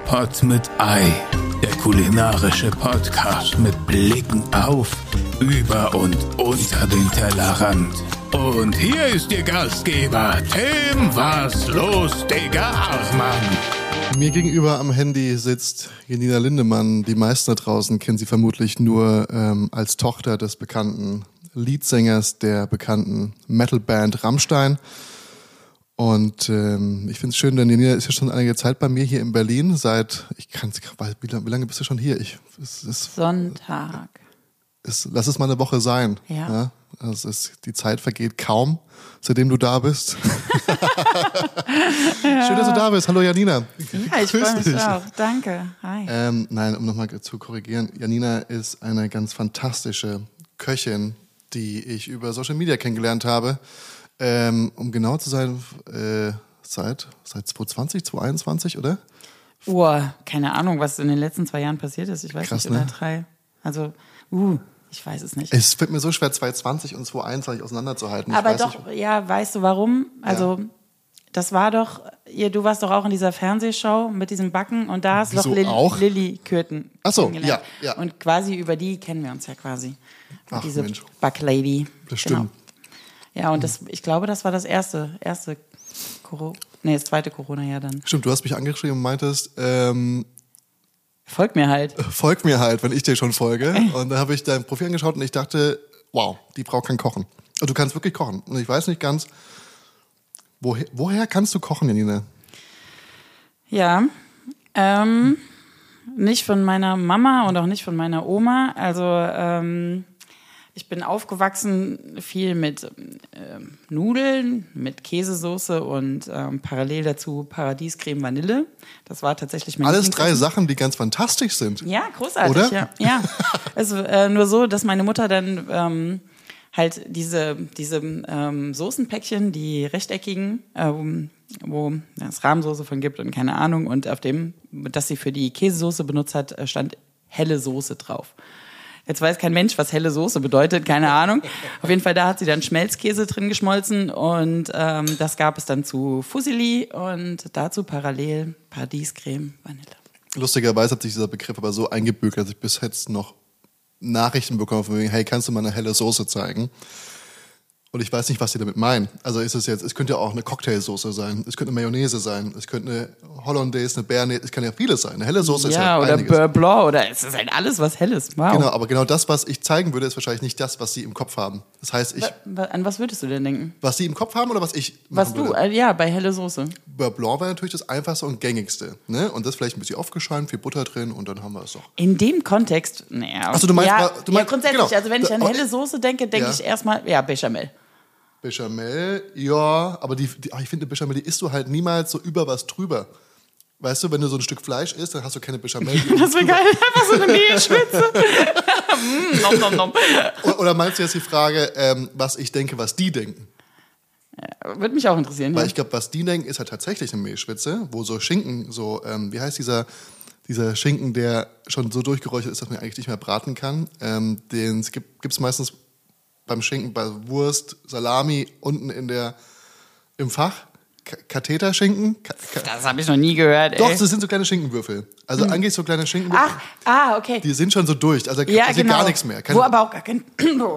Pot mit Ei, der kulinarische Podcast mit Blicken auf, über und unter den Tellerrand. Und hier ist Ihr Gastgeber, Tim Was los, Digga Hartmann. Mir gegenüber am Handy sitzt Janina Lindemann. Die meisten da draußen kennen sie vermutlich nur als Tochter des bekannten Leadsängers der bekannten Metalband Rammstein. Und ich finde es schön, denn Janina ist ja schon einige Zeit bei mir hier in Berlin. Wie lange bist du schon hier? Sonntag. Lass es mal eine Woche sein. Ja. Die Zeit vergeht kaum, seitdem du da bist. Schön, dass du da bist. Hallo Janina. Ja, ich freue mich auch. Danke. Hi. Nein, um nochmal zu korrigieren. Janina ist eine ganz fantastische Köchin, die ich über Social Media kennengelernt habe. Um genau zu sein, seit 2020, 2021, oder? Keine Ahnung, was in den letzten 2 Jahren passiert ist. Ich weiß Krass, nicht, oder ne? 3. Also, ich weiß es nicht. Es wird mir so schwer, 2020 und 2021 auseinanderzuhalten. Aber doch, ja, weißt du warum? Also, das war doch, du warst doch auch in dieser Fernsehshow mit diesem Backen und da hast du doch Lilly Kürten kennengelernt. Ja. Und quasi über die kennen wir uns ja quasi. Ach, diese Mensch. Backlady. Das stimmt. Genau. Ja, und ich glaube, das war das das zweite Corona-Jahr dann. Stimmt, du hast mich angeschrieben und meintest, Folgt mir halt. folg mir halt, wenn ich dir schon folge. Und dann habe ich dein Profil angeschaut und ich dachte, wow, die Frau kann kochen. Und du kannst wirklich kochen. Und ich weiß nicht ganz, woher kannst du kochen, Janina? Ja, nicht von meiner Mama und auch nicht von meiner Oma. Also ich bin aufgewachsen viel mit Nudeln, mit Käsesoße und parallel dazu Paradiescreme Vanille. Das war tatsächlich mein Alles 3 Lieblingsessen. Sachen, die ganz fantastisch sind. Ja, großartig. Oder? Ja. Also nur so, dass meine Mutter dann halt diese Soßenpäckchen, die rechteckigen, wo es Rahmsoße von gibt und keine Ahnung, und auf dem, das sie für die Käsesoße benutzt hat, stand helle Soße drauf. Jetzt weiß kein Mensch, was helle Soße bedeutet, keine Ahnung. Auf jeden Fall, da hat sie dann Schmelzkäse drin geschmolzen und das gab es dann zu Fusilli und dazu parallel Paradiescreme Vanille. Lustigerweise hat sich dieser Begriff aber so eingebürgert, dass ich bis jetzt noch Nachrichten bekomme von wegen, hey, kannst du mal eine helle Soße zeigen? Und ich weiß nicht, was sie damit meinen. Also es könnte ja auch eine Cocktailsoße sein, es könnte eine Mayonnaise sein, es könnte eine Hollandaise, eine Béarnaise, es kann ja vieles sein. Eine helle Soße ist ja oder einiges. Beurre Blanc oder es ist halt alles was Helles. Wow. Genau, aber genau das, was ich zeigen würde, ist wahrscheinlich nicht das, was sie im Kopf haben. Das heißt, An was würdest du denn denken? was sie im Kopf haben oder was ich Was machen du, würde? bei helle Soße. Beurre Blanc wäre natürlich das einfachste und gängigste. Ne? Und das vielleicht ein bisschen aufgeschäumt, viel Butter drin und dann haben wir es doch. In dem Kontext, naja. Ach so, du meinst, grundsätzlich, genau. also wenn ich an Aber helle Soße denke, denke ich erstmal, Bechamel. Bechamel, ja, aber ich finde, Bechamel, die isst du halt niemals so über was drüber. Weißt du, wenn du so ein Stück Fleisch isst, dann hast du keine Bechamel. Das wäre geil, einfach so eine Mehlschwitze. Nom. Oder meinst du jetzt die Frage, was ich denke, was die denken? Würde mich auch interessieren. Weil ich glaube, was die denken, ist halt tatsächlich eine Mehlschwitze, wo so Schinken, wie heißt dieser Schinken, der schon so durchgeräuchert ist, dass man eigentlich nicht mehr braten kann. Den gibt's meistens beim Schinken, bei Wurst, Salami, unten im Fach. Katheterschinken? Das habe ich noch nie gehört, ey. Doch, das sind so kleine Schinkenwürfel. Also eigentlich so kleine Schinkenwürfel. Okay. Die sind schon so durch, also Ja, genau. gar nichts mehr. Wo aber auch gar kein,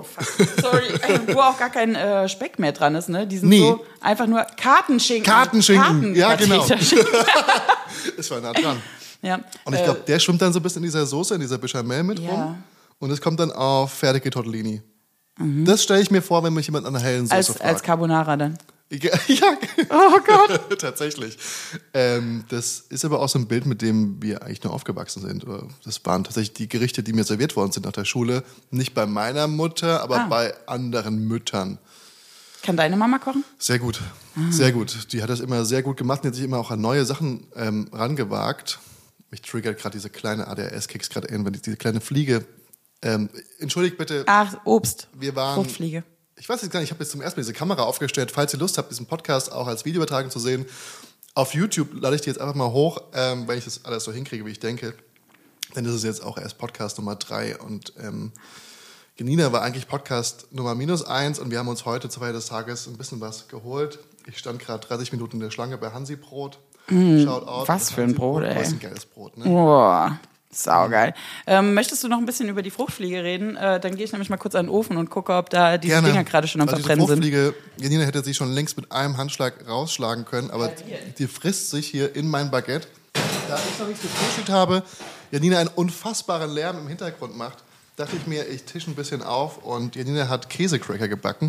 wo auch gar kein Speck mehr dran ist, ne? Die sind so einfach nur Kartenschinken. Ja, genau. Katheterschinken. Es war nah dran. Ja. Und ich glaube, der schwimmt dann so ein bisschen in dieser Soße, in dieser Bechamel mit rum. Ja. Und es kommt dann auf fertige Tortellini. Das stelle ich mir vor, wenn mich jemand an einer hellen Soße fragt. Als Carbonara dann. Ja, Oh Gott. tatsächlich. Das ist aber auch so ein Bild, mit dem wir eigentlich nur aufgewachsen sind. Das waren tatsächlich die Gerichte, die mir serviert worden sind nach der Schule. Nicht bei meiner Mutter, aber bei anderen Müttern. Kann deine Mama kochen? Sehr gut, sehr gut. Die hat das immer sehr gut gemacht und hat sich immer auch an neue Sachen rangewagt. Mich triggert gerade diese kleine ADHS-Kicks gerade ein, wenn diese kleine Fliege... entschuldigt bitte. Ach, Obst. Wir waren... Fruchtfliege. Ich weiß jetzt gar nicht, ich habe jetzt zum ersten Mal diese Kamera aufgestellt. Falls ihr Lust habt, diesen Podcast auch als Videoübertragung zu sehen, auf YouTube lade ich die jetzt einfach mal hoch, wenn ich das alles so hinkriege, wie ich denke. Denn das ist jetzt auch erst Podcast Nummer 3 und Janina war eigentlich Podcast Nummer -1 und wir haben uns heute zur Feier des Tages ein bisschen was geholt. Ich stand gerade 30 Minuten in der Schlange bei Hansi Brot Shout out. Was für ein Brot, ey. Das ist ein geiles Brot, ne? Boah, saugeil. Möchtest du noch ein bisschen über die Fruchtfliege reden? Dann gehe ich nämlich mal kurz an den Ofen und gucke, ob da diese Dinger gerade schon am Verbrennen sind. Die Fruchtfliege, Janina hätte sie schon längst mit einem Handschlag rausschlagen können, aber die frisst sich hier in mein Baguette. Da ich noch nichts gefrühstückt habe, Janina einen unfassbaren Lärm im Hintergrund macht, dachte ich mir, ich tische ein bisschen auf und Janina hat Käsecracker gebacken.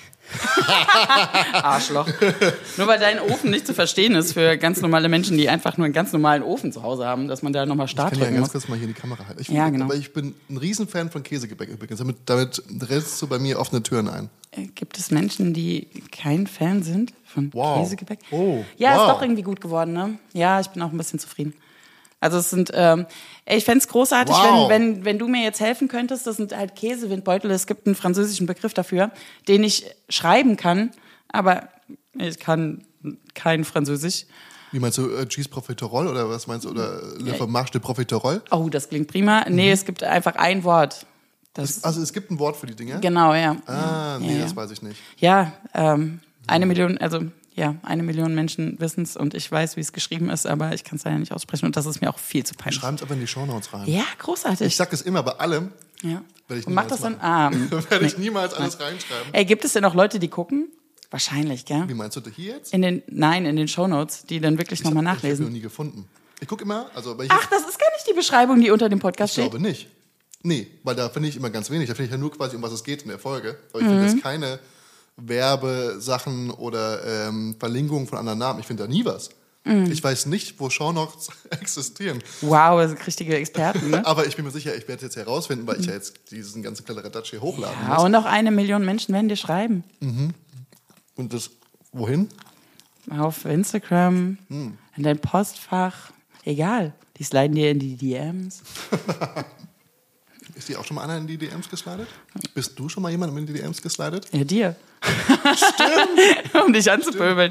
Arschloch. Nur weil dein Ofen nicht zu verstehen ist für ganz normale Menschen, die einfach nur einen ganz normalen Ofen zu Hause haben, dass man da nochmal Start drücken muss. Ich kann ja muss. ganz kurz mal hier in die Kamera halten. Ja, genau. Aber ich bin ein Riesenfan von Käsegebäck übrigens. Damit rennst du bei mir offene Türen ein. Gibt es Menschen, die kein Fan sind von Käsegebäck? Oh, ja, wow. Ist doch irgendwie gut geworden, ne? Ja, ich bin auch ein bisschen zufrieden. Also es sind, ich fände es großartig, Wow. wenn du mir jetzt helfen könntest. Das sind halt Käsewindbeutel. Es gibt einen französischen Begriff dafür, den ich schreiben kann, aber ich kann kein Französisch. Wie meinst du, Cheese Profiterole oder was meinst du? Oder Le Fromage de Profiterole? Oh, das klingt prima. Nee, es gibt einfach ein Wort. Also es gibt ein Wort für die Dinger? Genau, ja. Ah, nee, Ja. das weiß ich nicht. Ja, 1 Million, also ja, 1 Million Menschen wissen es und ich weiß, wie es geschrieben ist, aber ich kann es leider nicht aussprechen und das ist mir auch viel zu peinlich. Schreiben es aber in die Shownotes rein. Ja, großartig. Ich sag es immer bei allem. Ja. Werde ich Und mach niemals das dann machen. Werde ich niemals alles reinschreiben. Ey, gibt es denn auch Leute, die gucken? Wahrscheinlich, gell? Wie meinst du das hier jetzt? In den Shownotes, die dann wirklich nochmal Ich habe nachlesen. noch nie gefunden. Ich gucke immer, also weil ich Ach, das ist gar nicht die Beschreibung, die unter dem Podcast steht. glaube nicht. Nee, weil da finde ich immer ganz wenig. Da finde ich ja nur quasi, um was es geht in der Folge. Aber ich finde jetzt keine Werbesachen oder Verlinkungen von anderen Namen. Ich finde da nie was. Ich weiß nicht, wo Shownotes existieren. Wow, das sind richtige Experten, ne? Aber ich bin mir sicher, ich werde es jetzt herausfinden, weil ich ja jetzt diesen ganzen Kladderadatsch hier hochladen Ja, muss. und auch 1 Million Menschen werden dir schreiben. Und das, wohin? Auf Instagram, in dein Postfach. Egal. Die sliden dir in die DMs. Ist dir auch schon mal einer in die DMs geslidet? Bist du schon mal jemandem in die DMs geslidet? Ja, dir. Stimmt. Um dich anzupöbeln.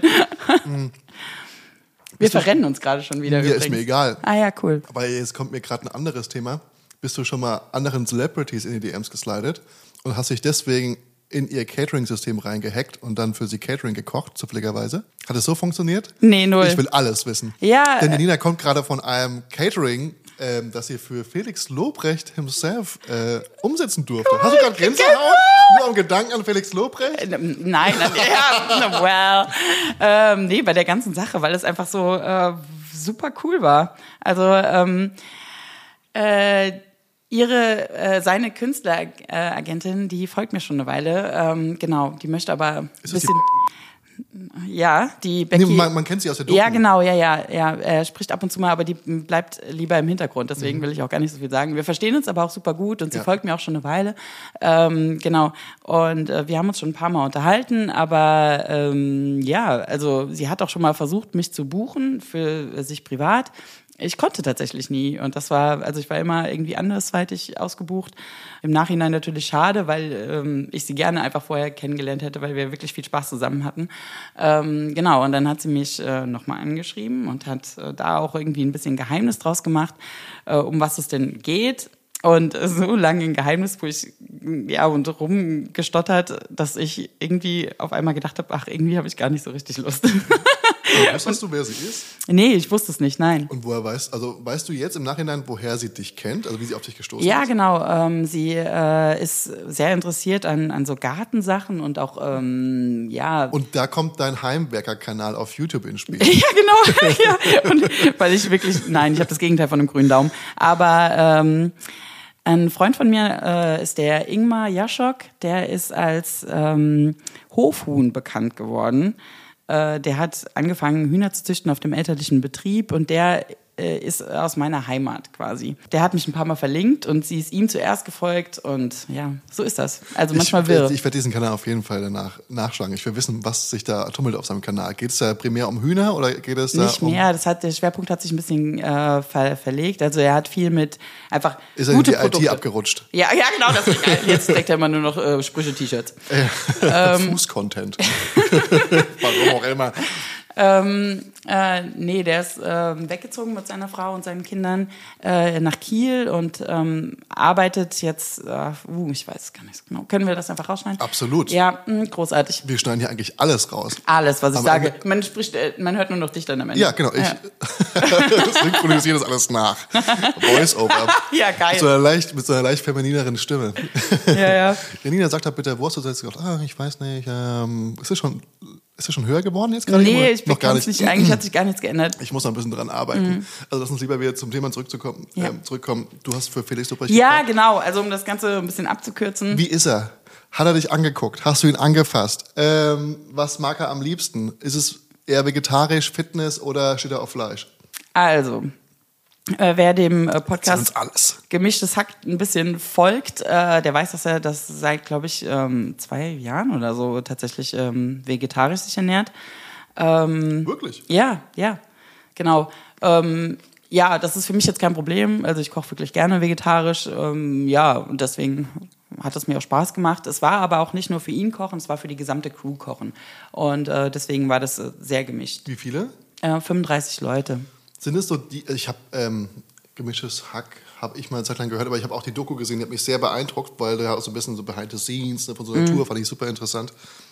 Wir verrennen uns gerade schon wieder. Mir übrigens. ist mir egal. Ah ja, cool. Aber jetzt kommt mir gerade ein anderes Thema. Bist du schon mal anderen Celebrities in die DMs geslidet und hast dich deswegen in ihr Catering-System reingehackt und dann für sie Catering gekocht, zufälligerweise? Hat es so funktioniert? Nee, null. Ich will alles wissen. Ja, Denn die Nina kommt gerade von einem Catering, das sie für Felix Lobrecht himself umsetzen durfte. Hast du gerade Gänsehaut? Nur am Gedanken an Felix Lobrecht? Nein, ja, well. Nee, bei der ganzen Sache, weil es einfach so super cool war. Also seine Künstleragentin, die folgt mir schon eine Weile. Genau, die möchte aber ein bisschen. Ja, die Becky. Nee, man kennt sie aus der Doku. Ja, genau, ja. Er spricht ab und zu mal, aber die bleibt lieber im Hintergrund. Deswegen will ich auch gar nicht so viel sagen. Wir verstehen uns aber auch super gut und sie folgt mir auch schon eine Weile. Genau. Und wir haben uns schon ein paar Mal unterhalten, aber also sie hat auch schon mal versucht, mich zu buchen für sich privat. Ich konnte tatsächlich nie und ich war immer irgendwie andersweitig ausgebucht. Im Nachhinein natürlich schade, weil ich sie gerne einfach vorher kennengelernt hätte, weil wir wirklich viel Spaß zusammen hatten. Genau, und dann hat sie mich nochmal angeschrieben und hat da auch irgendwie ein bisschen Geheimnis draus gemacht, um was es denn geht. Und so lange ein Geheimnis, wo ich und rumgestottert, dass ich irgendwie auf einmal gedacht habe, ach, irgendwie habe ich gar nicht so richtig Lust. Wusstest du, wer sie ist? Nee, ich wusste es nicht, nein. Und weißt du jetzt im Nachhinein, woher sie dich kennt? Also wie sie auf dich gestoßen Ja, ist? genau. Sie ist sehr interessiert an so Gartensachen und auch, Und da kommt dein Heimwerker-Kanal auf YouTube ins Spiel. Ja, genau. Ja. Und weil ich wirklich, nein, ich habe das Gegenteil von einem grünen Daumen. Aber ein Freund von mir ist der Ingmar Jaschok, der ist als Hofhuhn bekannt geworden. Der hat angefangen, Hühner zu züchten auf dem elterlichen Betrieb und der ist aus meiner Heimat quasi. Der hat mich ein paar Mal verlinkt und sie ist ihm zuerst gefolgt und ja, so ist das. Also manchmal wirr. Ich werde diesen Kanal auf jeden Fall danach nachschlagen. Ich will wissen, was sich da tummelt auf seinem Kanal. Geht es da primär um Hühner oder geht es da Nicht mehr, der Schwerpunkt hat sich ein bisschen verlegt. Also er hat viel mit einfach Ist er gute in die Produkte. IT abgerutscht? Ja, genau, das ist geil. Jetzt trägt er immer nur noch Sprüche-T-Shirts. Fuß-Content. Warum auch immer. Nee, der ist weggezogen mit seiner Frau und seinen Kindern nach Kiel und arbeitet jetzt, ich weiß es gar nicht so genau. Können wir das einfach rausschneiden? Absolut. Ja, großartig. Wir schneiden hier eigentlich alles raus. Alles, was ich Aber sage. Man hört nur noch dich dann am Ende. Ja, genau. Ich synchronisiere das alles nach. Voice-Over. Ja, geil. Mit so einer leicht feminineren Stimme. Ja. Janina, sag doch bitte, wo hast du das jetzt gedacht? Ich weiß nicht. Ist es schon höher geworden jetzt gerade? Nee, ich bin gar nicht. Eigentlich hat sich gar nichts geändert. Ich muss noch ein bisschen dran arbeiten. Also lass uns lieber wieder zum Thema zurückkommen. Du hast für Felix Lobrecht gekocht. Genau. Also um das Ganze ein bisschen abzukürzen. Wie ist er? Hat er dich angeguckt? Hast du ihn angefasst? Was mag er am liebsten? Ist es eher vegetarisch, Fitness oder steht er auf Fleisch? Also, wer dem Podcast alles. Gemischtes Hack ein bisschen folgt, der weiß, dass er das seit, glaube ich, 2 Jahren oder so tatsächlich vegetarisch sich ernährt. Wirklich? Ja, genau. Ja, das ist für mich jetzt kein Problem. Also ich koche wirklich gerne vegetarisch. Und deswegen hat es mir auch Spaß gemacht. Es war aber auch nicht nur für ihn kochen, es war für die gesamte Crew kochen. Und deswegen war das sehr gemischt. Wie viele? 35 Leute. Sind es so die, ich habe Gemischtes Hack, habe ich mal eine Zeit lang gehört, aber ich habe auch die Doku gesehen, die hat mich sehr beeindruckt, weil da auch so ein bisschen so behind the scenes von so einer Tour, fand ich super interessant.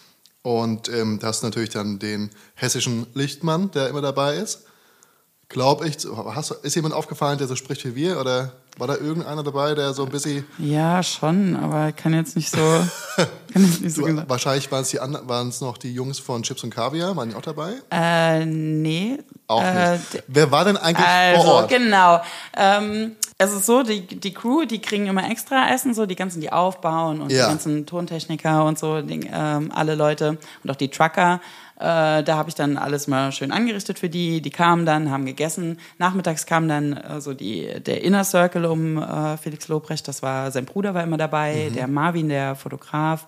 Und da hast du natürlich dann den hessischen Lichtmann, der immer dabei ist. Glaube ich, ist jemand aufgefallen, der so spricht wie wir? Oder war da irgendeiner dabei, der so ein bisschen... Ja, schon, aber kann jetzt nicht so... genau. Wahrscheinlich waren es noch die Jungs von Chips und Kaviar, waren die auch dabei? Nee. Auch nicht. Wer war denn eigentlich vor Ort? Genau. Es ist so, die Crew, die kriegen immer extra Essen, so die ganzen, die aufbauen und die ganzen Tontechniker und so, alle Leute und auch die Trucker. Da habe ich dann alles mal schön angerichtet für die. Die kamen dann, haben gegessen. Nachmittags kam dann der Inner Circle um Felix Lobrecht. Das war sein Bruder, war immer dabei. Der Marvin, der Fotograf.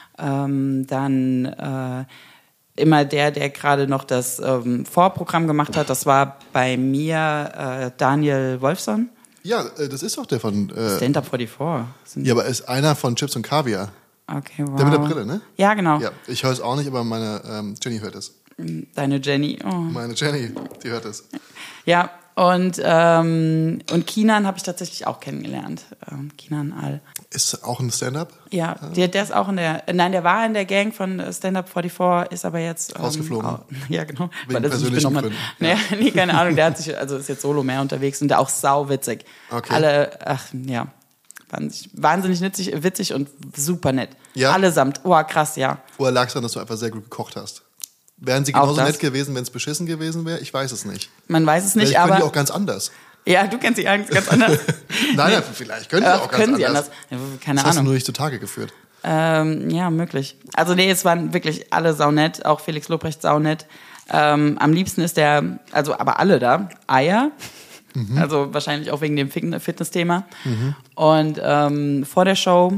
Dann immer der gerade noch das Vorprogramm gemacht hat. Das war bei mir Daniel Wolfson. Ja, das ist doch der von... Stand-Up 44. Ja, aber ist einer von Chips und Kaviar. Okay, wow. Der mit der Brille, ne? Ja, genau. Ja, ich höre es auch nicht, aber meine Jenny hört es. Deine Jenny. Oh. Meine Jenny, die hört es. Ja, und Kinan habe ich tatsächlich auch kennengelernt. Kinan Al. Ist auch ein Stand-Up? Ja, der ist auch der war in der Gang von Stand-Up 44, ist aber jetzt... rausgeflogen. Ja, genau. Wegen persönlichen Gründen. Ja. Nee, keine Ahnung, der hat sich, also ist jetzt solo mehr unterwegs und der auch sauwitzig. Okay. Alle, wahnsinnig witzig und super nett. Ja? Allesamt. Oh, krass, ja. Oder lag es daran, dass du einfach sehr gut gekocht hast? Wären sie genauso nett gewesen, wenn es beschissen gewesen wäre? Ich weiß es nicht. Man weiß es nicht, vielleicht aber... können die auch ganz anders. Ja, du kennst sie eigentlich ganz anders. Nein, vielleicht können sie auch ganz anders. Ja, keine das Ahnung. hast du nur nicht zutage geführt. Ja, möglich. Also nee, es waren wirklich alle saunett, auch Felix Lobrecht saunett. Am liebsten ist aber alle da, Eier. Also wahrscheinlich auch wegen dem Fitness-Thema. Und vor der Show,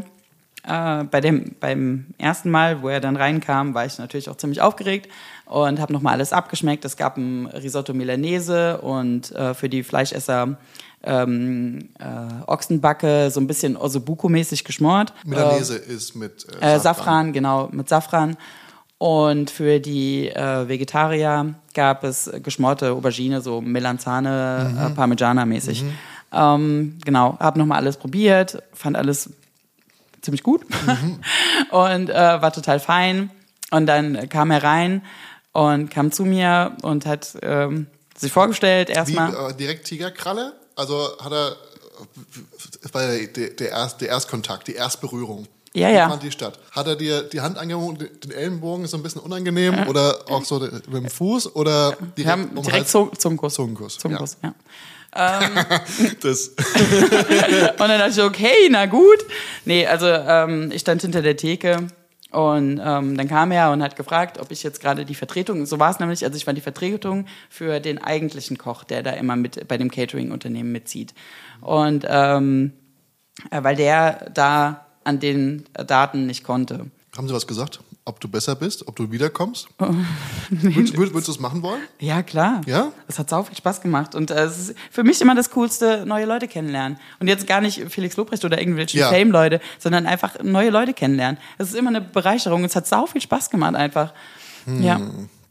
beim ersten Mal, wo er dann reinkam, war ich natürlich auch ziemlich aufgeregt und habe nochmal alles abgeschmeckt. Es gab ein Risotto Milanese und für die Fleischesser Ochsenbacke, so ein bisschen Ossobuco-mäßig geschmort. Milanese ist mit Safran, genau, mit Safran. Und für die Vegetarier gab es geschmorte Aubergine, so Melanzane, Parmigiana-mäßig. Genau, habe nochmal alles probiert, fand alles ziemlich gut und war total fein. Und dann kam er rein und kam zu mir und hat sich vorgestellt erstmal. Direkt Tigerkralle? Also hat er, das war ja der Erstkontakt, die Erstberührung. Ja, Wie fand die statt? Hat er dir die Hand angehoben, den Ellenbogen ist so ein bisschen unangenehm oder auch so mit dem Fuß oder direkt Zungenkuss. Zungenkuss, ja. Das. Und dann dachte ich, okay, na gut. Nee, also ich stand hinter der Theke und dann kam er und hat gefragt, ob ich jetzt gerade die Vertretung, so war es nämlich, also ich war die Vertretung für den eigentlichen Koch, der da immer mit bei dem Catering-Unternehmen mitzieht. Und weil der da an den Daten nicht konnte. Haben Sie was gesagt? Ob du besser bist? Ob du wiederkommst? Würdest du es machen wollen? Ja, klar. Ja? Es hat sau viel Spaß gemacht. Und es ist für mich immer das Coolste, neue Leute kennenlernen. Und jetzt gar nicht Felix Lobrecht oder irgendwelche Fame-Leute, sondern einfach neue Leute kennenlernen. Es ist immer eine Bereicherung. Es hat sau viel Spaß gemacht einfach. Ja.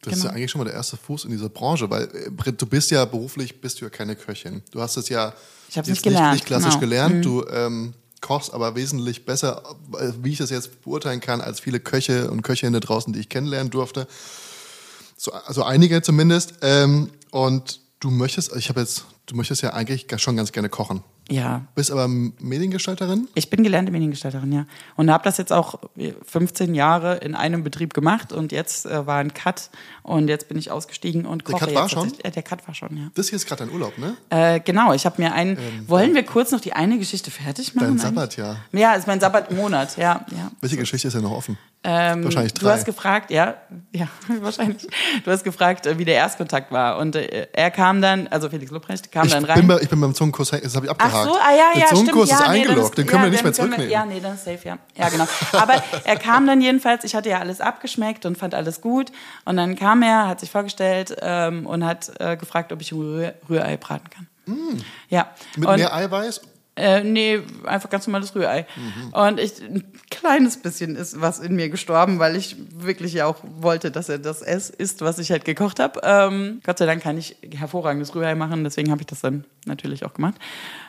Das ist ja eigentlich schon mal der erste Fuß in dieser Branche, weil du bist ja beruflich, keine Köchin. Du hast es ja ich hab's nicht klassisch gelernt. Du kochst aber wesentlich besser, wie ich das jetzt beurteilen kann, als viele Köche und Köchinnen da draußen, die ich kennenlernen durfte. Also einige zumindest. Und du möchtest ja eigentlich schon ganz gerne kochen. Ja. Bist aber Mediengestalterin? Ich bin gelernte Mediengestalterin, ja. Und habe das jetzt auch 15 Jahre in einem Betrieb gemacht und jetzt war ein Cut und jetzt bin ich ausgestiegen und koche. Der Cut war schon? Der Cut war schon, ja. Das hier ist gerade dein Urlaub, ne? Genau, ich habe mir wollen wir kurz noch die eine Geschichte fertig machen? Dein Sabbatjahr. Ja, ist mein Sabbatmonat, ja. Welche Geschichte ist denn noch offen? Wahrscheinlich 3. Du hast gefragt, ja, wahrscheinlich. Du hast gefragt, wie der Erstkontakt war. Und er kam dann, also Felix Lobrecht kam dann rein. Ich bin beim Zungenkurs, das habe ich abgehakt. Ach so, ja, der Zungenkurs stimmt. ist eingeloggt, den können wir nicht mehr zurücknehmen. Ja, nee, dann ist safe, ja. Ja, genau. Aber er kam dann jedenfalls, ich hatte ja alles abgeschmeckt und fand alles gut. Und dann kam er, hat sich vorgestellt und hat gefragt, ob ich Rührei braten kann. Ja. Mit mehr Eiweiß? Nee, einfach ganz normales Rührei. Und ein kleines bisschen ist was in mir gestorben, weil ich wirklich ja auch wollte, dass er das isst, was ich halt gekocht habe. Gott sei Dank kann ich hervorragendes Rührei machen, deswegen habe ich das dann natürlich auch gemacht.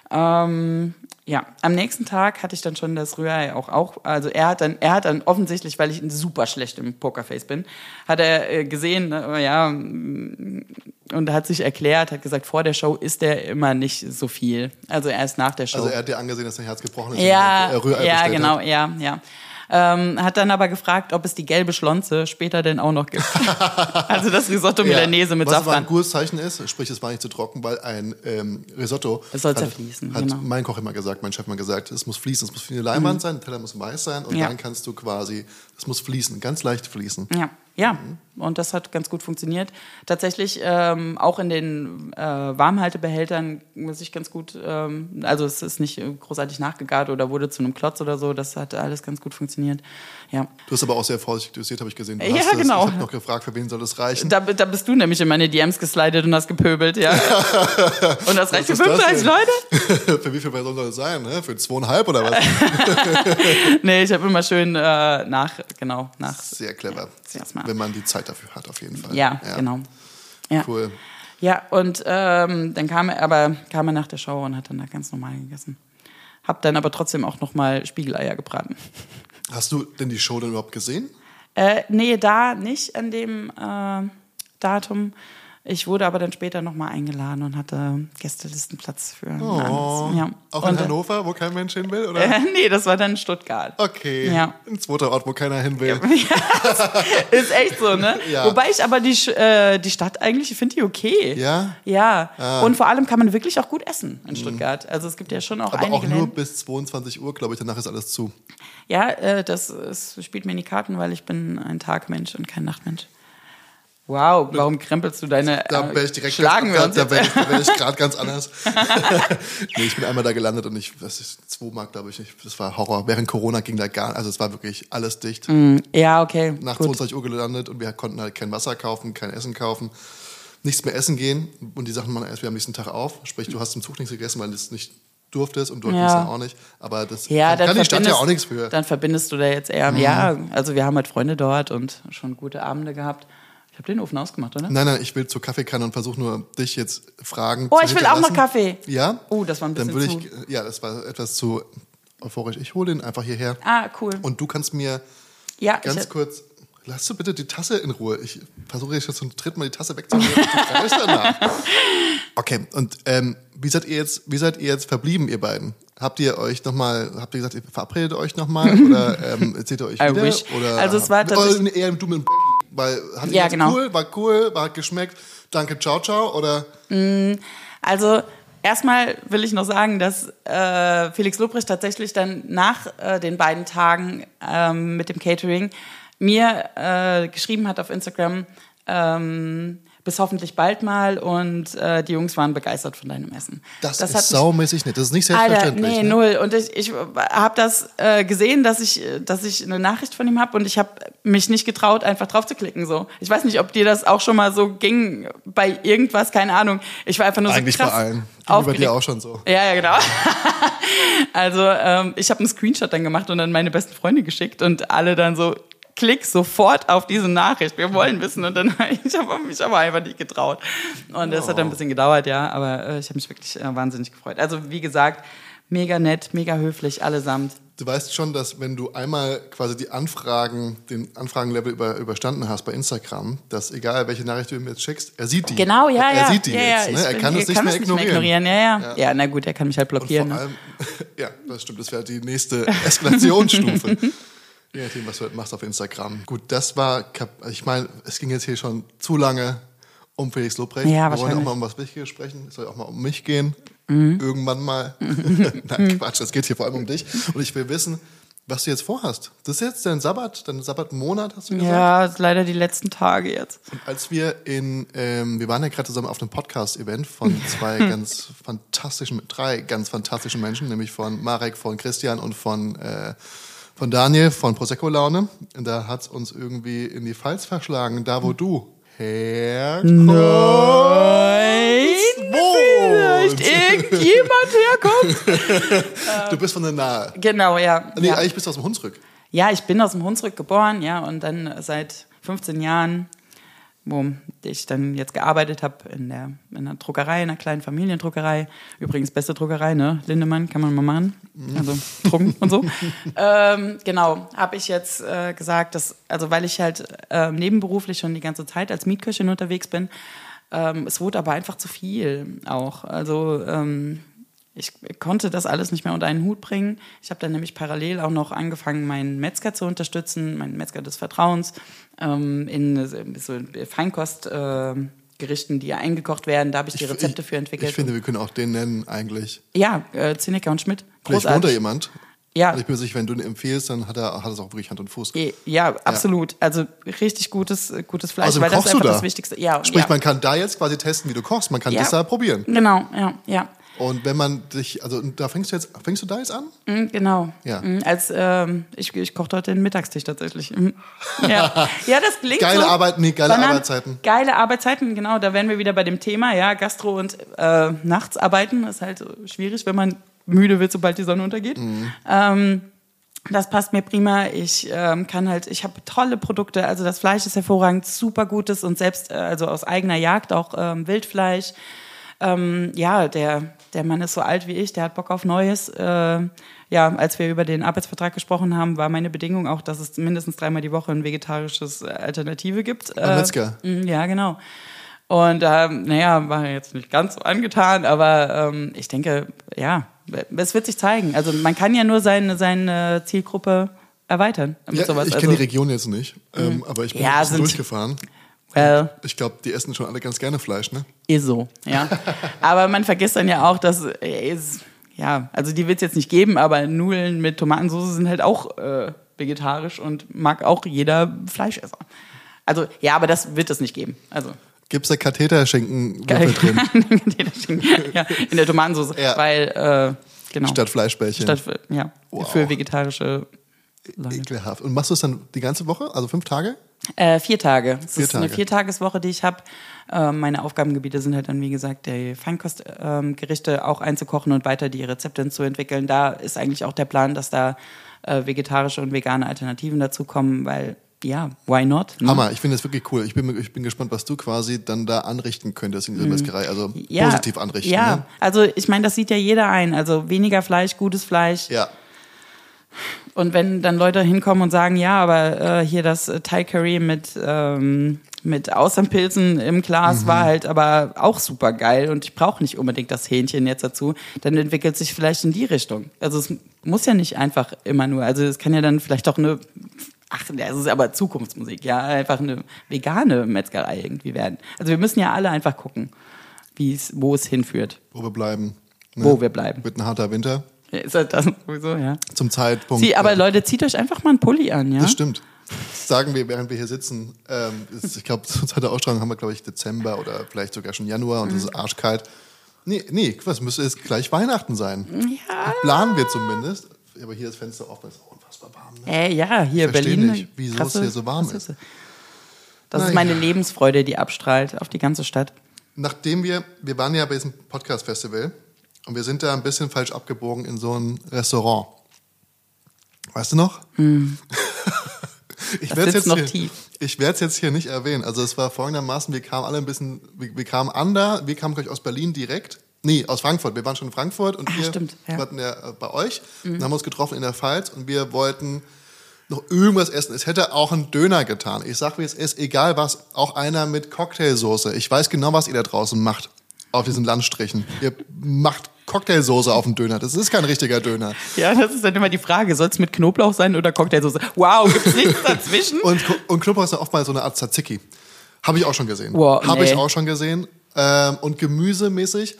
Ja, am nächsten Tag hatte ich dann schon das Rührei auch. Also er hat dann offensichtlich, weil ich super schlecht im Pokerface bin, hat er gesehen, ja, und hat sich erklärt, hat gesagt, vor der Show isst er immer nicht so viel. Also erst nach der Show. Also er hat dir angesehen, dass dein Herz gebrochen ist. Ja, und er Rührei ja, bestellt genau, hat. ja. Hat dann aber gefragt, ob es die gelbe Schlonze später denn auch noch gibt. Also das Risotto Milanese mit was Safran. Was ein gutes Zeichen ist, sprich, es war nicht zu trocken, weil ein Risotto es soll zerfließen, hat genau. mein Koch immer gesagt, mein Chef immer gesagt, es muss fließen, es muss wie eine Leinwand sein, der Teller muss weiß sein und dann kannst du quasi, es muss fließen, ganz leicht fließen. Ja, und das hat ganz gut funktioniert. Tatsächlich auch in den Warmhaltebehältern muss ich ganz gut, also es ist nicht großartig nachgegart oder wurde zu einem Klotz oder so, das hat alles ganz gut funktioniert. Ja. Du hast aber auch sehr vorsichtig dosiert, habe ich gesehen. Du Ja, hast genau. Ich habe noch gefragt, für wen soll das reichen? Da bist du nämlich in meine DMs geslidet und hast gepöbelt, ja. Und das reicht für Was ist das 35 Leute? Für wie viele Personen soll das sein? Ne? Für 2,5 oder was? Nee, ich habe immer schön nach. Sehr clever. Sehr smart. Wenn man die Zeit dafür hat, auf jeden Fall. Ja, genau. Ja. Cool. Ja, und dann kam er nach der Show und hat dann da ganz normal gegessen. Hab dann aber trotzdem auch nochmal Spiegeleier gebraten. Hast du denn die Show dann überhaupt gesehen? Nee, da nicht an dem Datum. Ich wurde aber dann später nochmal eingeladen und hatte Gästelistenplatz für alles. Ja. Auch in Hannover, wo kein Mensch hin will? Oder? Nee, das war dann in Stuttgart. Okay, ja. Ein zweiter Ort, wo keiner hin will. Ja, ist echt so, ne? Ja. Wobei ich aber die Stadt eigentlich, ich finde die okay. Ja? Ja. Und vor allem kann man wirklich auch gut essen in Stuttgart. Also es gibt ja schon auch aber einige auch nur Läden. bis 22 Uhr, glaube ich, danach ist alles zu. Ja, das spielt mir in die Karten, weil ich bin ein Tagmensch und kein Nachtmensch. Wow, warum krempelst du deine Da wäre ich direkt schlagen wir uns da wäre ich gerade ganz anders. Nee, ich bin einmal da gelandet und 2 Mark, glaube ich, das war Horror. Während Corona ging da also es war wirklich alles dicht. Ja, okay. Nach gut. 22 Uhr gelandet und wir konnten halt kein Wasser kaufen, kein Essen kaufen, nichts mehr essen gehen und die Sachen machen erst wieder am nächsten Tag auf. Sprich, du hast zum Zug nichts gegessen, weil du es nicht durftest und dort ging es dann auch nicht. Aber das kann die Stadt ja auch nichts für. Dann verbindest du da jetzt eher, ja, also wir haben halt Freunde dort und schon gute Abende gehabt. Ich habe den Ofen ausgemacht, oder? Nein, ich will zur Kaffeekanne und versuche nur dich jetzt fragen. Oh, ich will auch noch Kaffee. Ja? Oh, das war ein bisschen dann würde das war etwas zu euphorisch. Ich hole den einfach hierher. Ah, cool. Und du kannst mir ganz kurz, lass du bitte die Tasse in Ruhe. Ich versuche jetzt zum 3. Mal die Tasse wegzunehmen. Du greifst danach. Okay, und wie seid ihr jetzt verblieben, ihr beiden? Habt ihr gesagt, ihr verabredet euch nochmal oder seht ihr euch wieder? Wish. Oder also es war tatsächlich eher du mit weil hat genau. cool, hat geschmeckt, danke, ciao, oder? Also erstmal will ich noch sagen, dass Felix Lobrecht tatsächlich dann nach den beiden Tagen mit dem Catering mir geschrieben hat auf Instagram, bis hoffentlich bald mal und die Jungs waren begeistert von deinem Essen. Das ist saumäßig nett, das ist nicht selbstverständlich. Alter, nee, null. Und ich habe das gesehen, dass ich eine Nachricht von ihm habe und ich habe mich nicht getraut, einfach drauf zu klicken. So. Ich weiß nicht, ob dir das auch schon mal so ging bei irgendwas, keine Ahnung. Ich war einfach nur eigentlich so krass bei allen. aufgeregt. Bei dir auch schon so. Ja, genau. Also ich habe einen Screenshot dann gemacht und dann meine besten Freunde geschickt und alle dann so, Klick sofort auf diese Nachricht. Wir wollen wissen. Und dann ich habe mich aber einfach nicht getraut. Und das hat dann ein bisschen gedauert, ja. Aber ich habe mich wirklich wahnsinnig gefreut. Also wie gesagt, mega nett, mega höflich, allesamt. Du weißt schon, dass wenn du einmal quasi den Anfragenlevel überstanden hast bei Instagram, dass egal welche Nachricht du ihm jetzt schickst, er sieht die. Genau, ja, er sieht die jetzt. Ne? Er kann es nicht mehr ignorieren. Ja, na gut, er kann mich halt blockieren. Und vor allem, ja, das stimmt, das wäre die nächste Eskalationsstufe. Je nachdem, was du halt machst auf Instagram. Gut, das war, ich meine, es ging jetzt hier schon zu lange um Felix Lobrecht. Ja, wir wollen auch mal um was Wichtiges sprechen. Es soll auch mal um mich gehen. Irgendwann mal. Nein, Quatsch, es geht hier vor allem um dich. Und ich will wissen, was du jetzt vorhast. Das ist jetzt dein Sabbatmonat, hast du gesagt? Ja, ist leider die letzten Tage jetzt. Und als wir wir waren ja gerade zusammen auf einem Podcast-Event von drei ganz fantastischen Menschen, nämlich von Marek, von Christian und von Daniel von Prosecco Laune. Und da hat's uns irgendwie in die Pfalz verschlagen, da wo du herkommst. Nein, vielleicht irgendjemand herkommt. Du bist von der Nahe. Genau, ja. Nee, ja. eigentlich bist du aus dem Hunsrück. Ja, ich bin aus dem Hunsrück geboren, ja, und dann seit 15 Jahren, wo ich dann jetzt gearbeitet habe in einer Druckerei, in einer kleinen Familiendruckerei. Übrigens beste Druckerei, ne? Lindemann, kann man mal machen. Also Drucken und so. Genau, habe ich jetzt gesagt, weil ich halt nebenberuflich schon die ganze Zeit als Mietköchin unterwegs bin, es wurde aber einfach zu viel auch. Also ich konnte das alles nicht mehr unter einen Hut bringen. Ich habe dann nämlich parallel auch noch angefangen, meinen Metzger zu unterstützen, meinen Metzger des Vertrauens, in so Feinkostgerichten, die ja eingekocht werden. Da habe ich die Rezepte für entwickelt. Ich finde, wir können auch den nennen eigentlich. Ja, Zinecker und Schmidt. Vielleicht wohnt da jemand. Ja. Und ich bin mir sicher, wenn du ihn empfiehlst, dann hat es auch wirklich Hand und Fuß. Ja, absolut. Ja. Also richtig gutes Fleisch, also weil das ist einfach da? Das Wichtigste. Ja, sprich, man kann da jetzt quasi testen, wie du kochst. Man kann das da probieren. Genau, ja. Und wenn man fängst du da jetzt an? Genau. Ja. Ich koche dort den Mittagstisch tatsächlich. Ja, das klingt geile so. Arbeitszeiten. Geile Arbeitszeiten, genau. Da wären wir wieder bei dem Thema, ja, Gastro und nachts arbeiten. Das ist halt schwierig, wenn man müde wird, sobald die Sonne untergeht. Das passt mir prima. Ich habe tolle Produkte. Also das Fleisch ist hervorragend, super gutes und selbst also aus eigener Jagd auch Wildfleisch. Der Mann ist so alt wie ich, der hat Bock auf Neues. Als wir über den Arbeitsvertrag gesprochen haben, war meine Bedingung auch, dass es mindestens 3-mal die Woche ein vegetarisches Alternative gibt. Metzger. Ja, genau. Und war jetzt nicht ganz so angetan, aber ich denke, ja, es wird sich zeigen. Also man kann ja nur seine Zielgruppe erweitern. Ja, sowas. Ich kenne die Region jetzt nicht, aber ich bin ein bisschen durchgefahren. Ich glaube, die essen schon alle ganz gerne Fleisch, ne? Ist so, ja. Aber man vergisst dann ja auch, dass also die wird es jetzt nicht geben, aber Nudeln mit Tomatensauce sind halt auch vegetarisch und mag auch jeder Fleischesser. Also, ja, aber das wird es nicht geben. Also gibt's da Katheterschinken-Würfel drin? Katheterschinken, ja, in der Tomatensauce, weil, genau. Statt Fleischbällchen. Wow. Für vegetarische Leute. Ekelhaft. Und machst du es dann die ganze Woche, also 5 Tage? 4 Tage. Das ist eine 4-Tageswoche, die ich habe. Meine Aufgabengebiete sind halt dann, wie gesagt, die Feinkostgerichte auch einzukochen und weiter die Rezepte zu entwickeln. Da ist eigentlich auch der Plan, dass da vegetarische und vegane Alternativen dazukommen, weil ja, why not? Ne? Hammer, ich finde das wirklich cool. Ich bin gespannt, was du quasi dann da anrichten könntest in dieser Metzgerei. Also positiv anrichten. Ja, ne? Also ich meine, das sieht ja jeder ein. Also weniger Fleisch, gutes Fleisch. Ja. Und wenn dann Leute hinkommen und sagen, ja, aber hier das Thai Curry mit Austernpilzen im Glas war halt aber auch super geil und ich brauche nicht unbedingt das Hähnchen jetzt dazu, dann entwickelt sich vielleicht in die Richtung. Also es muss ja nicht einfach immer nur, also es kann ja dann vielleicht auch es ist aber Zukunftsmusik, ja, einfach eine vegane Metzgerei irgendwie werden. Also wir müssen ja alle einfach gucken, wo es hinführt. Wo wir bleiben. Ne? Wo wir bleiben. Wird ein harter Winter. Ja, ist halt das sowieso, ja. Zum Zeitpunkt. Aber Leute, zieht euch einfach mal einen Pulli an, ja. Das stimmt. Das sagen wir, während wir hier sitzen. Ich glaube, zur Zeit der Ausstrahlung haben wir, glaube ich, Dezember oder vielleicht sogar schon Januar und es ist arschkalt. Nee, was müsste jetzt gleich Weihnachten sein? Ja. Planen wir zumindest. Aber hier das Fenster offen, ist auch unfassbar warm. Ne? Ja, hier ich Berlin. Nicht, wieso es hier so warm ist. Das ist meine Lebensfreude, die abstrahlt auf die ganze Stadt. Nachdem wir waren ja bei diesem Podcast-Festival und wir sind da ein bisschen falsch abgebogen in so ein Restaurant. Weißt du noch? Ich Das werde sitzt noch tief. Ich werde es jetzt hier nicht erwähnen. Also es war folgendermaßen, wir kamen alle ein bisschen, wir kamen gleich aus Berlin direkt. Nee, aus Frankfurt. Wir waren schon in Frankfurt und wir stimmt, ja. waren bei euch und haben uns getroffen in der Pfalz und wir wollten noch irgendwas essen. Es hätte auch ein Döner getan. Ich sag, wie es ist, egal was, auch einer mit Cocktailsoße. Ich weiß genau, was ihr da draußen macht auf diesen Landstrichen. Ihr macht Cocktailsoße auf den Döner. Das ist kein richtiger Döner. Ja, das ist dann immer die Frage, soll es mit Knoblauch sein oder Cocktailsoße? Wow, gibt es nichts dazwischen? Und Knoblauch ist ja oftmals so eine Art Tzatziki. Habe ich auch schon gesehen. Wow, Habe nee. ich auch schon gesehen. Und gemüsemäßig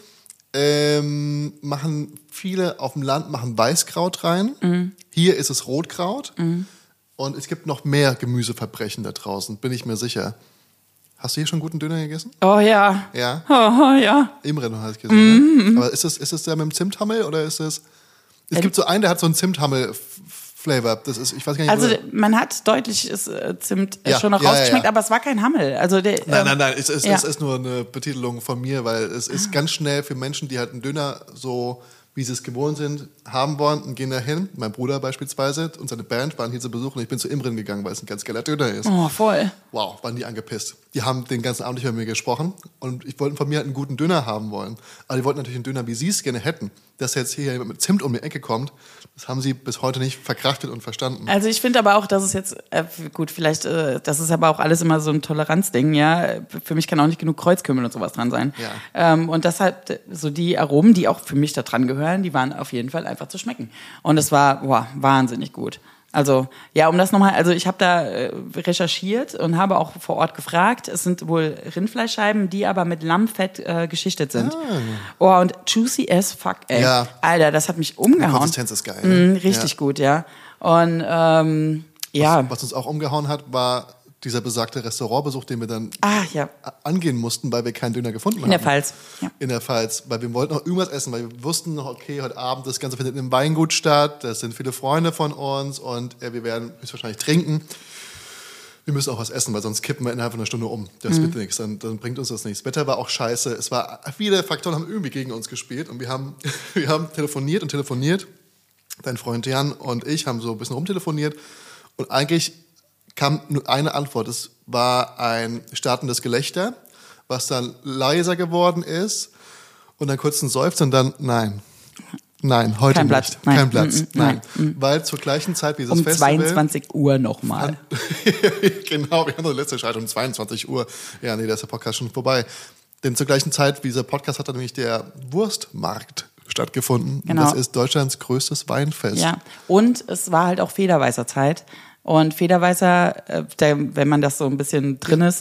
machen viele auf dem Land Weißkraut rein. Hier ist es Rotkraut. Und es gibt noch mehr Gemüseverbrechen da draußen, bin ich mir sicher. Hast du hier schon guten Döner gegessen? Oh ja. Ja? Oh ja. Imre hast du gesehen, ne? Aber ist es der mit dem Zimthammel oder ist es... Es gibt so einen, der hat so einen Zimthammel-Flavor. Das ist, ich weiß gar nicht, Also wo man hat deutlich Zimt Ja, schon noch ja, rausgeschmeckt, ja. aber es war kein Hammel. Also Nein, es ja. ist nur eine Betitelung von mir, weil es ist ganz schnell für Menschen, die halt einen Döner so, wie sie es gewohnt sind, haben wollen und gehen da hin. Mein Bruder beispielsweise und seine Band waren hier zu Besuch und ich bin zu Imren gegangen, weil es ein ganz geiler Döner ist. Oh, voll. Wow, waren die angepisst. Die haben den ganzen Abend nicht mit mir gesprochen und ich wollte von mir halt einen guten Döner haben wollen. Aber die wollten natürlich einen Döner, wie sie es gerne hätten. Dass jetzt hier jemand mit Zimt um die Ecke kommt, das haben sie bis heute nicht verkraftet und verstanden. Also ich finde aber auch, dass es jetzt, gut, vielleicht, das ist aber auch alles immer so ein Toleranzding, ja. Für mich kann auch nicht genug Kreuzkümmel und sowas dran sein. Ja. Und deshalb, so die Aromen, die auch für mich da dran gehören, die waren auf jeden Fall einfach zu schmecken. Und es war, wahnsinnig gut. Also, ja, um das nochmal, also ich habe da recherchiert und habe auch vor Ort gefragt. Es sind wohl Rindfleischscheiben, die aber mit Lammfett geschichtet sind. Oh, und juicy as fuck, ey. Ja. Alter, das hat mich Die umgehauen. Konsistenz ist geil. Ne? Richtig gut, ja. Und ja. Was uns auch umgehauen hat, war dieser besagte Restaurantbesuch, den wir dann Ja. angehen mussten, weil wir keinen Döner gefunden haben. In der Pfalz. Ja. In der Pfalz, weil wir wollten noch irgendwas essen, weil wir wussten noch, okay, heute Abend, das Ganze findet im Weingut statt, das sind viele Freunde von uns und wir werden höchstwahrscheinlich trinken. Wir müssen auch was essen, weil sonst kippen wir innerhalb von einer Stunde um. Das wird nichts, dann bringt uns das nichts. Das Wetter war auch scheiße, es war, viele Faktoren haben irgendwie gegen uns gespielt und wir haben telefoniert. Dein Freund Jan und ich haben so ein bisschen rumtelefoniert und eigentlich kam nur eine Antwort. Es war ein startendes Gelächter, was dann leiser geworden ist und dann kurz ein Seufzer und dann nein, heute Kein nicht. Platz. Nein. Kein Platz, nein. Nein. Weil zur gleichen Zeit wie dieses Um Festival... 22 Uhr nochmal. Genau, wir haben die letzte Entscheidung um 22 Uhr. Ja, nee, da ist der Podcast schon vorbei. Denn zur gleichen Zeit wie dieser Podcast hat dann nämlich der Wurstmarkt stattgefunden. Genau. Und das ist Deutschlands größtes Weinfest. Ja, und es war halt auch Federweißer Zeit. Und Federweißer, wenn man das so ein bisschen drin ist,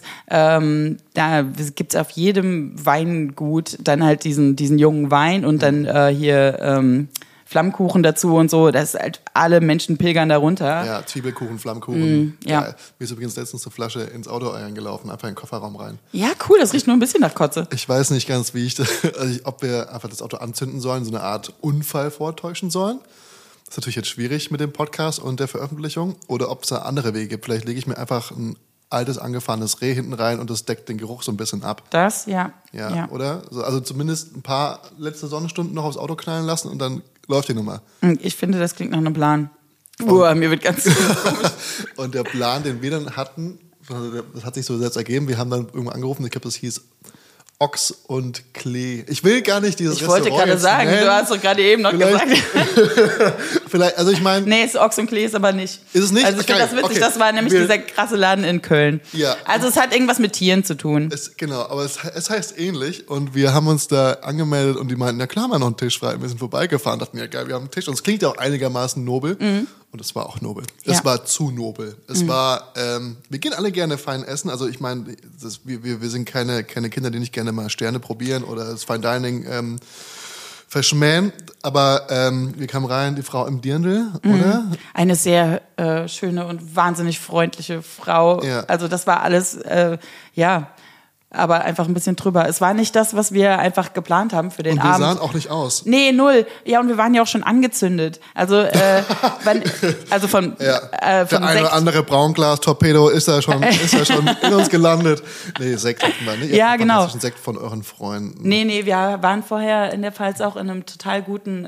da gibt's auf jedem Weingut dann halt diesen jungen Wein und dann hier Flammkuchen dazu und so. Das ist halt, alle Menschen pilgern da runter. Ja, Zwiebelkuchen, Flammkuchen. ja. Geil. Mir ist übrigens letztens eine Flasche ins Auto eingelaufen, einfach in den Kofferraum rein. Ja, cool, das riecht nur ein bisschen nach Kotze. Ich weiß nicht ganz, ob wir einfach das Auto anzünden sollen, so eine Art Unfall vortäuschen sollen. Das ist natürlich jetzt schwierig mit dem Podcast und der Veröffentlichung. Oder ob es da andere Wege gibt. Vielleicht lege ich mir einfach ein altes, angefahrenes Reh hinten rein und das deckt den Geruch so ein bisschen ab. Das, ja. Ja. Oder? Also zumindest ein paar letzte Sonnenstunden noch aufs Auto knallen lassen und dann läuft die Nummer. Ich finde, das klingt nach einem Plan. Mir wird ganz komisch. Und der Plan, den wir dann hatten, das hat sich so selbst ergeben. Wir haben dann irgendwann angerufen, ich glaube, das hieß Ochs und Klee. Ich will gar nicht dieses Restaurant. Ich wollte gerade sagen, nennen. du hast doch gerade eben noch gesagt. Vielleicht, also ich meine. Nee, ist Ochs und Klee ist aber nicht. Ist es nicht? Also ich finde das witzig, Okay. das war nämlich dieser krasse Laden in Köln. Ja. Also es hat irgendwas mit Tieren zu tun. Genau, aber es heißt ähnlich und wir haben uns da angemeldet und die meinten, ja klar, wir haben noch einen Tisch frei. Wir sind vorbeigefahren, dachten, ja geil, wir haben einen Tisch und es klingt ja auch einigermaßen nobel und es war auch nobel. Es Ja. war zu nobel. Es war, wir gehen alle gerne fein essen, also ich meine, wir sind keine Kinder, die nicht gerne mal Sterne probieren oder das Fine Dining verschmähen, aber wir kamen rein, die Frau im Dirndl, oder? Eine sehr schöne und wahnsinnig freundliche Frau. Ja. Also das war alles, aber einfach ein bisschen drüber. Es war nicht das, was wir einfach geplant haben für den Und wir Abend. sahen auch nicht aus. Nee, null. Ja, und wir waren ja auch schon angezündet. Also, von Der eine Sekt. oder andere Braunglas-Torpedo ist ja schon in uns gelandet. Nee, Sekt hatten wir, ne? Ihr Ja, habt genau. einen Sekt von euren Freunden. Nee, wir waren vorher in der Pfalz auch in einem total guten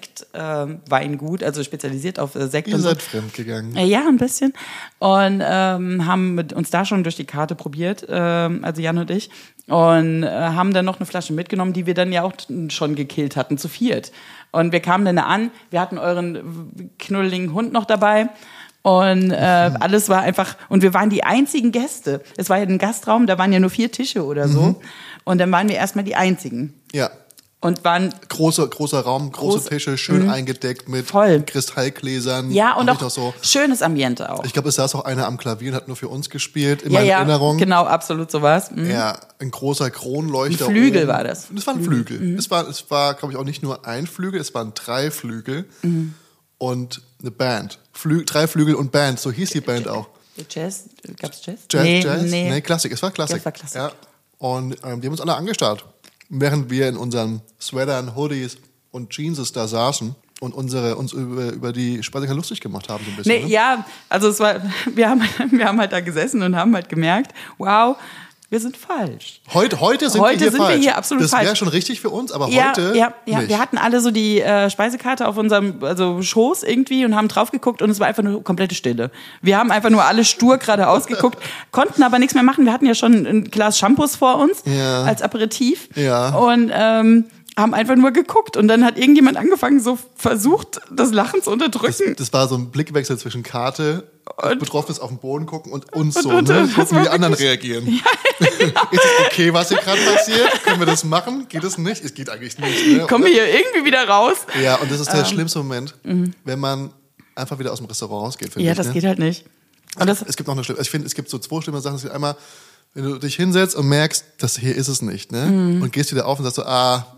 Weingut, also spezialisiert auf Sekt Ihr und so. seid fremdgegangen. Ja, ein bisschen. Und haben mit uns da schon durch die Karte probiert, also Jan und ich. Und haben dann noch eine Flasche mitgenommen, die wir dann ja auch schon gekillt hatten, zu viert. Und wir kamen dann da an, wir hatten euren knuddeligen Hund noch dabei. Und alles war einfach, und wir waren die einzigen Gäste. Es war ja ein Gastraum, da waren ja nur 4 Tische oder so. Und dann waren wir erstmal die einzigen. Ja. Und waren Großer Raum, große Tische, schön eingedeckt mit Voll. Kristallgläsern. ja, und auch noch so. schönes Ambiente auch. Ich glaube, es saß auch einer am Klavier und hat nur für uns gespielt, in Ja, meiner ja, Erinnerung. genau, absolut so war's. Mhm. Ja, ein großer Kronleuchter. Ein Flügel oben. war das. Das war ein Flügel. Es war, glaube ich, auch nicht nur ein Flügel, es waren 3 Flügel und eine Band. 3 Flügel und Band, so hieß die Band auch. Jazz? Gab's Jazz? Jazz? Nee. Nee, Klassik, es war Klassik. Ja, es war Klassik. Ja. Und die haben uns alle angestarrt, während wir in unseren Sweatern, Hoodies und Jeans da saßen und uns über die Speisekammer lustig gemacht haben, so ein bisschen. Nee, ne? ja, also wir haben halt da gesessen und haben halt gemerkt, wow, wir sind falsch. Heute sind Heute wir sind wir falsch. hier absolut das wäre falsch. schon richtig für uns, aber Ja, heute ja. nicht. Wir hatten alle so die Speisekarte auf unserem Schoß irgendwie und haben drauf geguckt und es war einfach nur komplette Stille. Wir haben einfach nur alle stur geradeaus geguckt, konnten aber nichts mehr machen. Wir hatten ja schon ein Glas Shampoos vor uns als Aperitif und haben einfach nur geguckt und dann hat irgendjemand angefangen, so versucht, das Lachen zu unterdrücken. Das war so ein Blickwechsel zwischen Karte, Betroffenes auf den Boden gucken und uns und so, ne? das Gucken, war wie die anderen wirklich- reagieren. Ist es okay, was hier gerade passiert? Können wir das machen? Geht es nicht? Es geht eigentlich nicht. Ne? Kommen wir hier irgendwie wieder raus? Ja, und das ist der schlimmste Moment, wenn man einfach wieder aus dem Restaurant rausgeht, finde Ja, ich. das Ne? geht halt nicht. Und das, Es gibt noch eine schlimme, ich finde, es gibt so 2 schlimme Sachen. Es gibt einmal, wenn du dich hinsetzt und merkst, das hier ist es nicht, ne? Und gehst wieder auf und sagst so,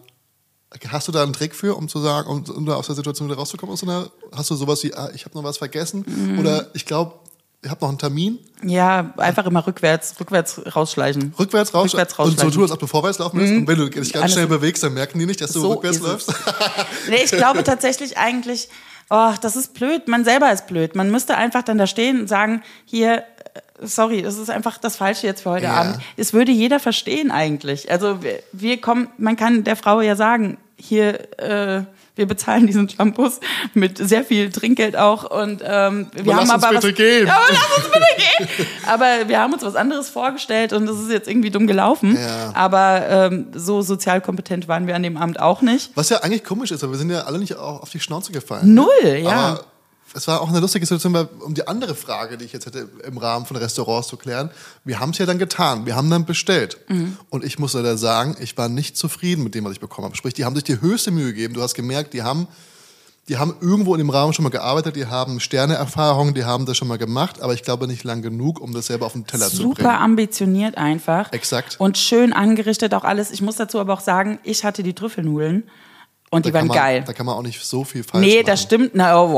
hast du da einen Trick für, um zu sagen, um da aus der Situation wieder rauszukommen? Hast du sowas wie, ich habe noch was vergessen? Oder ich glaube, ich habe noch einen Termin? ja, einfach immer rückwärts rausschleichen. Rückwärts raus Rückwärts und so rausschleichen. tun, als ob du vorwärts laufen willst. Und wenn du dich ganz Alles- schnell bewegst, dann merken die nicht, dass du So rückwärts ist es. läufst. Nee, ich glaube tatsächlich eigentlich, das ist blöd. Man selber ist blöd. Man müsste einfach dann da stehen und sagen, hier, sorry, das ist einfach das Falsche jetzt für heute Ja. Abend. Es würde jeder verstehen eigentlich. Also wir kommen, man kann der Frau ja sagen, hier, wir bezahlen diesen Shampoos mit sehr viel Trinkgeld auch und wir haben lass uns aber bitte gehen. Ja, aber lass uns bitte gehen. Aber wir haben uns was anderes vorgestellt und das ist jetzt irgendwie dumm gelaufen. Ja. Aber so sozial kompetent waren wir an dem Abend auch nicht. Was ja eigentlich komisch ist, aber wir sind ja alle nicht auf die Schnauze gefallen. Null, ja. Aber es war auch eine lustige Situation, weil um die andere Frage, die ich jetzt hätte im Rahmen von Restaurants zu klären, wir haben es ja dann getan, wir haben dann bestellt. Und ich muss leider sagen, ich war nicht zufrieden mit dem, was ich bekommen habe. Sprich, die haben sich die höchste Mühe gegeben. Du hast gemerkt, die haben irgendwo in dem Raum schon mal gearbeitet, die haben Sterneerfahrung, die haben das schon mal gemacht, aber ich glaube nicht lang genug, um das selber auf den Teller zu Super bringen. ambitioniert einfach. Exakt. Und schön angerichtet auch alles. Ich muss dazu aber auch sagen, ich hatte die Trüffelnudeln und die waren geil. Da kann man auch nicht so viel falsch Nee, machen. das stimmt.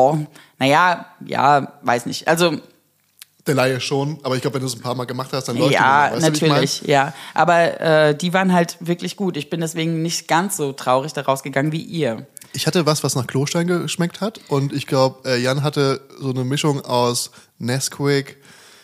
Naja, ja, weiß nicht. Also, Der Laie schon, aber ich glaube, wenn du es ein paar Mal gemacht hast, dann läuft ja, die Nummer. Weißt du, wie ich natürlich, ja. Aber die waren halt wirklich gut. Ich bin deswegen nicht ganz so traurig da rausgegangen wie ihr. Ich hatte was nach Klostein geschmeckt hat und ich glaube, Jan hatte so eine Mischung aus Nesquik,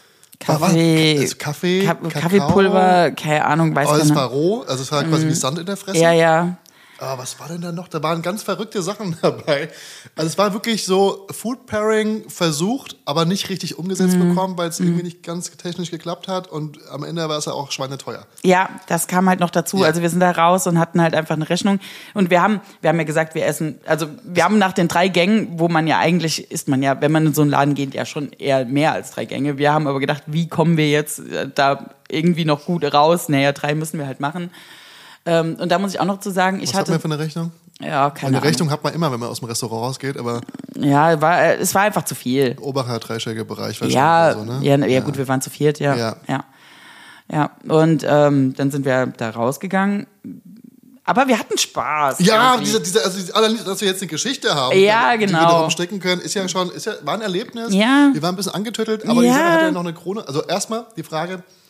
Kaffee, Kakao. Kaffeepulver, keine Ahnung, weiß Aber ich es nicht. war roh, also es war quasi wie Sand in der Fresse. Ja, ja. Aber was war denn da noch? Da waren ganz verrückte Sachen dabei. Also es war wirklich so Food Pairing versucht, aber nicht richtig umgesetzt bekommen, weil es irgendwie nicht ganz technisch geklappt hat und am Ende war es ja auch schweineteuer. Ja, das kam halt noch dazu. Ja. Also wir sind da raus und hatten halt einfach eine Rechnung. Und wir haben ja gesagt, wir essen, also wir haben nach den 3 Gängen, wo man ja eigentlich isst man ja, wenn man in so einen Laden geht, ja schon eher mehr als 3 Gänge. Wir haben aber gedacht, wie kommen wir jetzt da irgendwie noch gut raus? Naja, 3 müssen wir halt machen. Und da muss ich auch noch zu sagen, Was hatten wir für eine Rechnung? Ja, keine Eine Ahnung. Rechnung hat man immer, wenn man aus dem Restaurant rausgeht, aber Ja, es war einfach zu viel. oberer dreistelliger Bereich war Ja, schon so, ne? ja, gut, wir waren zu viert, ja. Ja. Ja. Und dann sind wir da rausgegangen. Aber wir hatten Spaß. Ja, irgendwie. also allerliebst, dass wir jetzt eine Geschichte haben, Ja, die wir genau. darum stricken können, war ein Erlebnis. Ja. Wir waren ein bisschen angetüttelt, aber die Ja. Sache hat ja noch eine Krone. Also erstmal die Frage,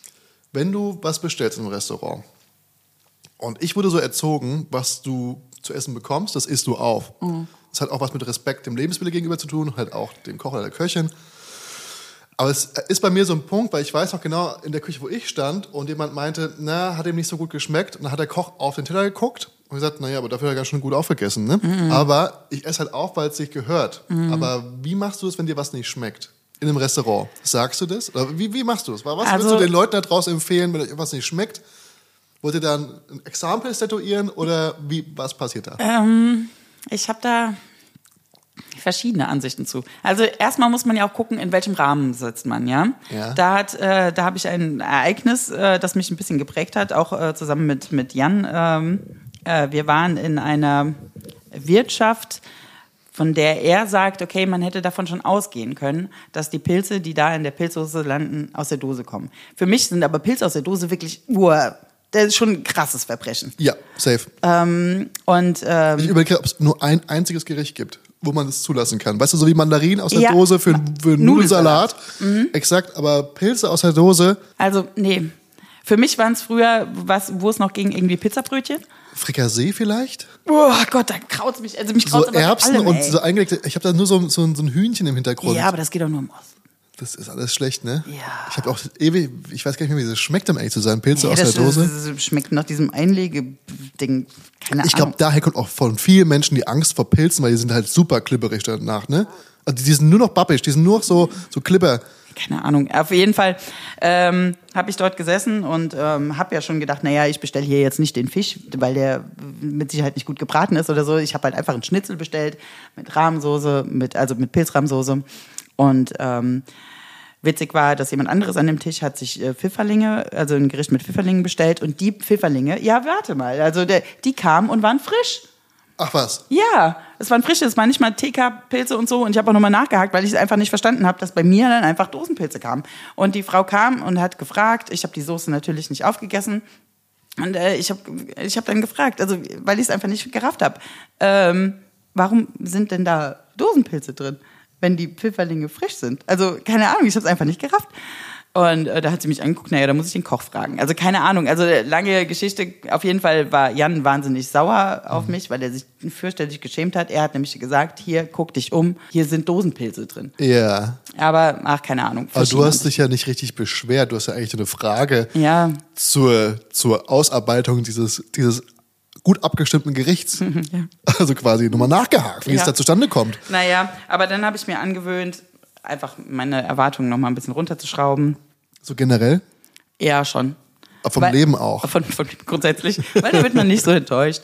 wenn du was bestellst im Restaurant und ich wurde so erzogen, was du zu essen bekommst, das isst du auf. Das hat auch was mit Respekt dem Lebensmittel gegenüber zu tun, halt auch dem Koch oder der Köchin. Aber es ist bei mir so ein Punkt, weil ich weiß noch genau, in der Küche, wo ich stand und jemand meinte, hat ihm nicht so gut geschmeckt. Und dann hat der Koch auf den Teller geguckt und gesagt, naja, aber dafür hat er ganz schön gut aufgegessen. Ne? Aber ich esse halt auf, weil es sich gehört. Aber wie machst du es, wenn dir was nicht schmeckt? In einem Restaurant. Sagst du das? Oder wie machst du es? Was würdest du den Leuten da draußen empfehlen, wenn euch was nicht schmeckt? Wollt ihr dann ein Exempel statuieren oder was passiert da? Ich habe da verschiedene Ansichten zu. Also erstmal muss man ja auch gucken, in welchem Rahmen sitzt man, ja. Da habe ich ein Ereignis, das mich ein bisschen geprägt hat, auch zusammen mit Jan. Wir waren in einer Wirtschaft, von der er sagt, okay, man hätte davon schon ausgehen können, dass die Pilze, die da in der Pilzsoße landen, aus der Dose kommen. Für mich sind aber Pilze aus der Dose wirklich das ist schon ein krasses Verbrechen. Ja, safe. Ich überlege, ob es nur ein einziges Gericht gibt, wo man es zulassen kann. Weißt du, so wie Mandarinen aus der Dose für Nudelsalat. Exakt, aber Pilze aus der Dose. Also, nee. Für mich waren es früher, wo es noch ging, irgendwie Pizzabrötchen. Frikassee vielleicht? Oh Gott, da kraut's mich. Also mich kraut's so Erbsen allem, und so eingelegte. Ich habe da nur so ein Hühnchen im Hintergrund. Ja, aber das geht doch nur im Osten. Das ist alles schlecht, ne? Ja. Ich habe auch ewig, ich weiß gar nicht mehr, wie das schmeckt, um ehrlich zu sein. Pilze aus der Dose. Das schmeckt nach diesem Einlegeding. Keine Ahnung. Ich glaube, daher kommt auch von vielen Menschen die Angst vor Pilzen, weil die sind halt super klibberig danach, ne? Also die sind nur noch babbisch, die sind nur noch so klibber. Keine Ahnung. Auf jeden Fall habe ich dort gesessen und habe ja schon gedacht, naja, ich bestelle hier jetzt nicht den Fisch, weil der mit Sicherheit nicht gut gebraten ist oder so. Ich habe halt einfach einen Schnitzel bestellt mit Rahmsoße, mit Pilzrahmsoße. Und witzig war, dass jemand anderes an dem Tisch hat sich Pfifferlinge, also ein Gericht mit Pfifferlingen bestellt. Und die Pfifferlinge, ja, warte mal, also die kamen und waren frisch. Ach was? Ja, es waren frische, es waren nicht mal TK-Pilze und so. Und ich habe auch nochmal nachgehakt, weil ich es einfach nicht verstanden habe, dass bei mir dann einfach Dosenpilze kamen. Und die Frau kam und hat gefragt, ich habe die Soße natürlich nicht aufgegessen. Und ich hab dann gefragt, also weil ich es einfach nicht gerafft habe, warum sind denn da Dosenpilze drin, wenn die Pfifferlinge frisch sind? Also keine Ahnung, ich habe es einfach nicht gerafft. Und da hat sie mich angeguckt, naja, da muss ich den Koch fragen. Also keine Ahnung, also lange Geschichte. Auf jeden Fall war Jan wahnsinnig sauer auf mich, weil er sich fürchterlich geschämt hat. Er hat nämlich gesagt, hier, guck dich um, hier sind Dosenpilze drin. Ja. Aber, keine Ahnung. Aber du hast dich ja nicht richtig beschwert. Du hast ja eigentlich eine Frage zur Ausarbeitung dieses gut abgestimmten Gerichts. Ja. Also quasi nochmal nachgehakt, wie es da zustande kommt. Naja, aber dann habe ich mir angewöhnt, einfach meine Erwartungen noch mal ein bisschen runterzuschrauben. So generell? Ja, schon. Vom Leben auch? Von grundsätzlich, weil da wird man nicht so enttäuscht.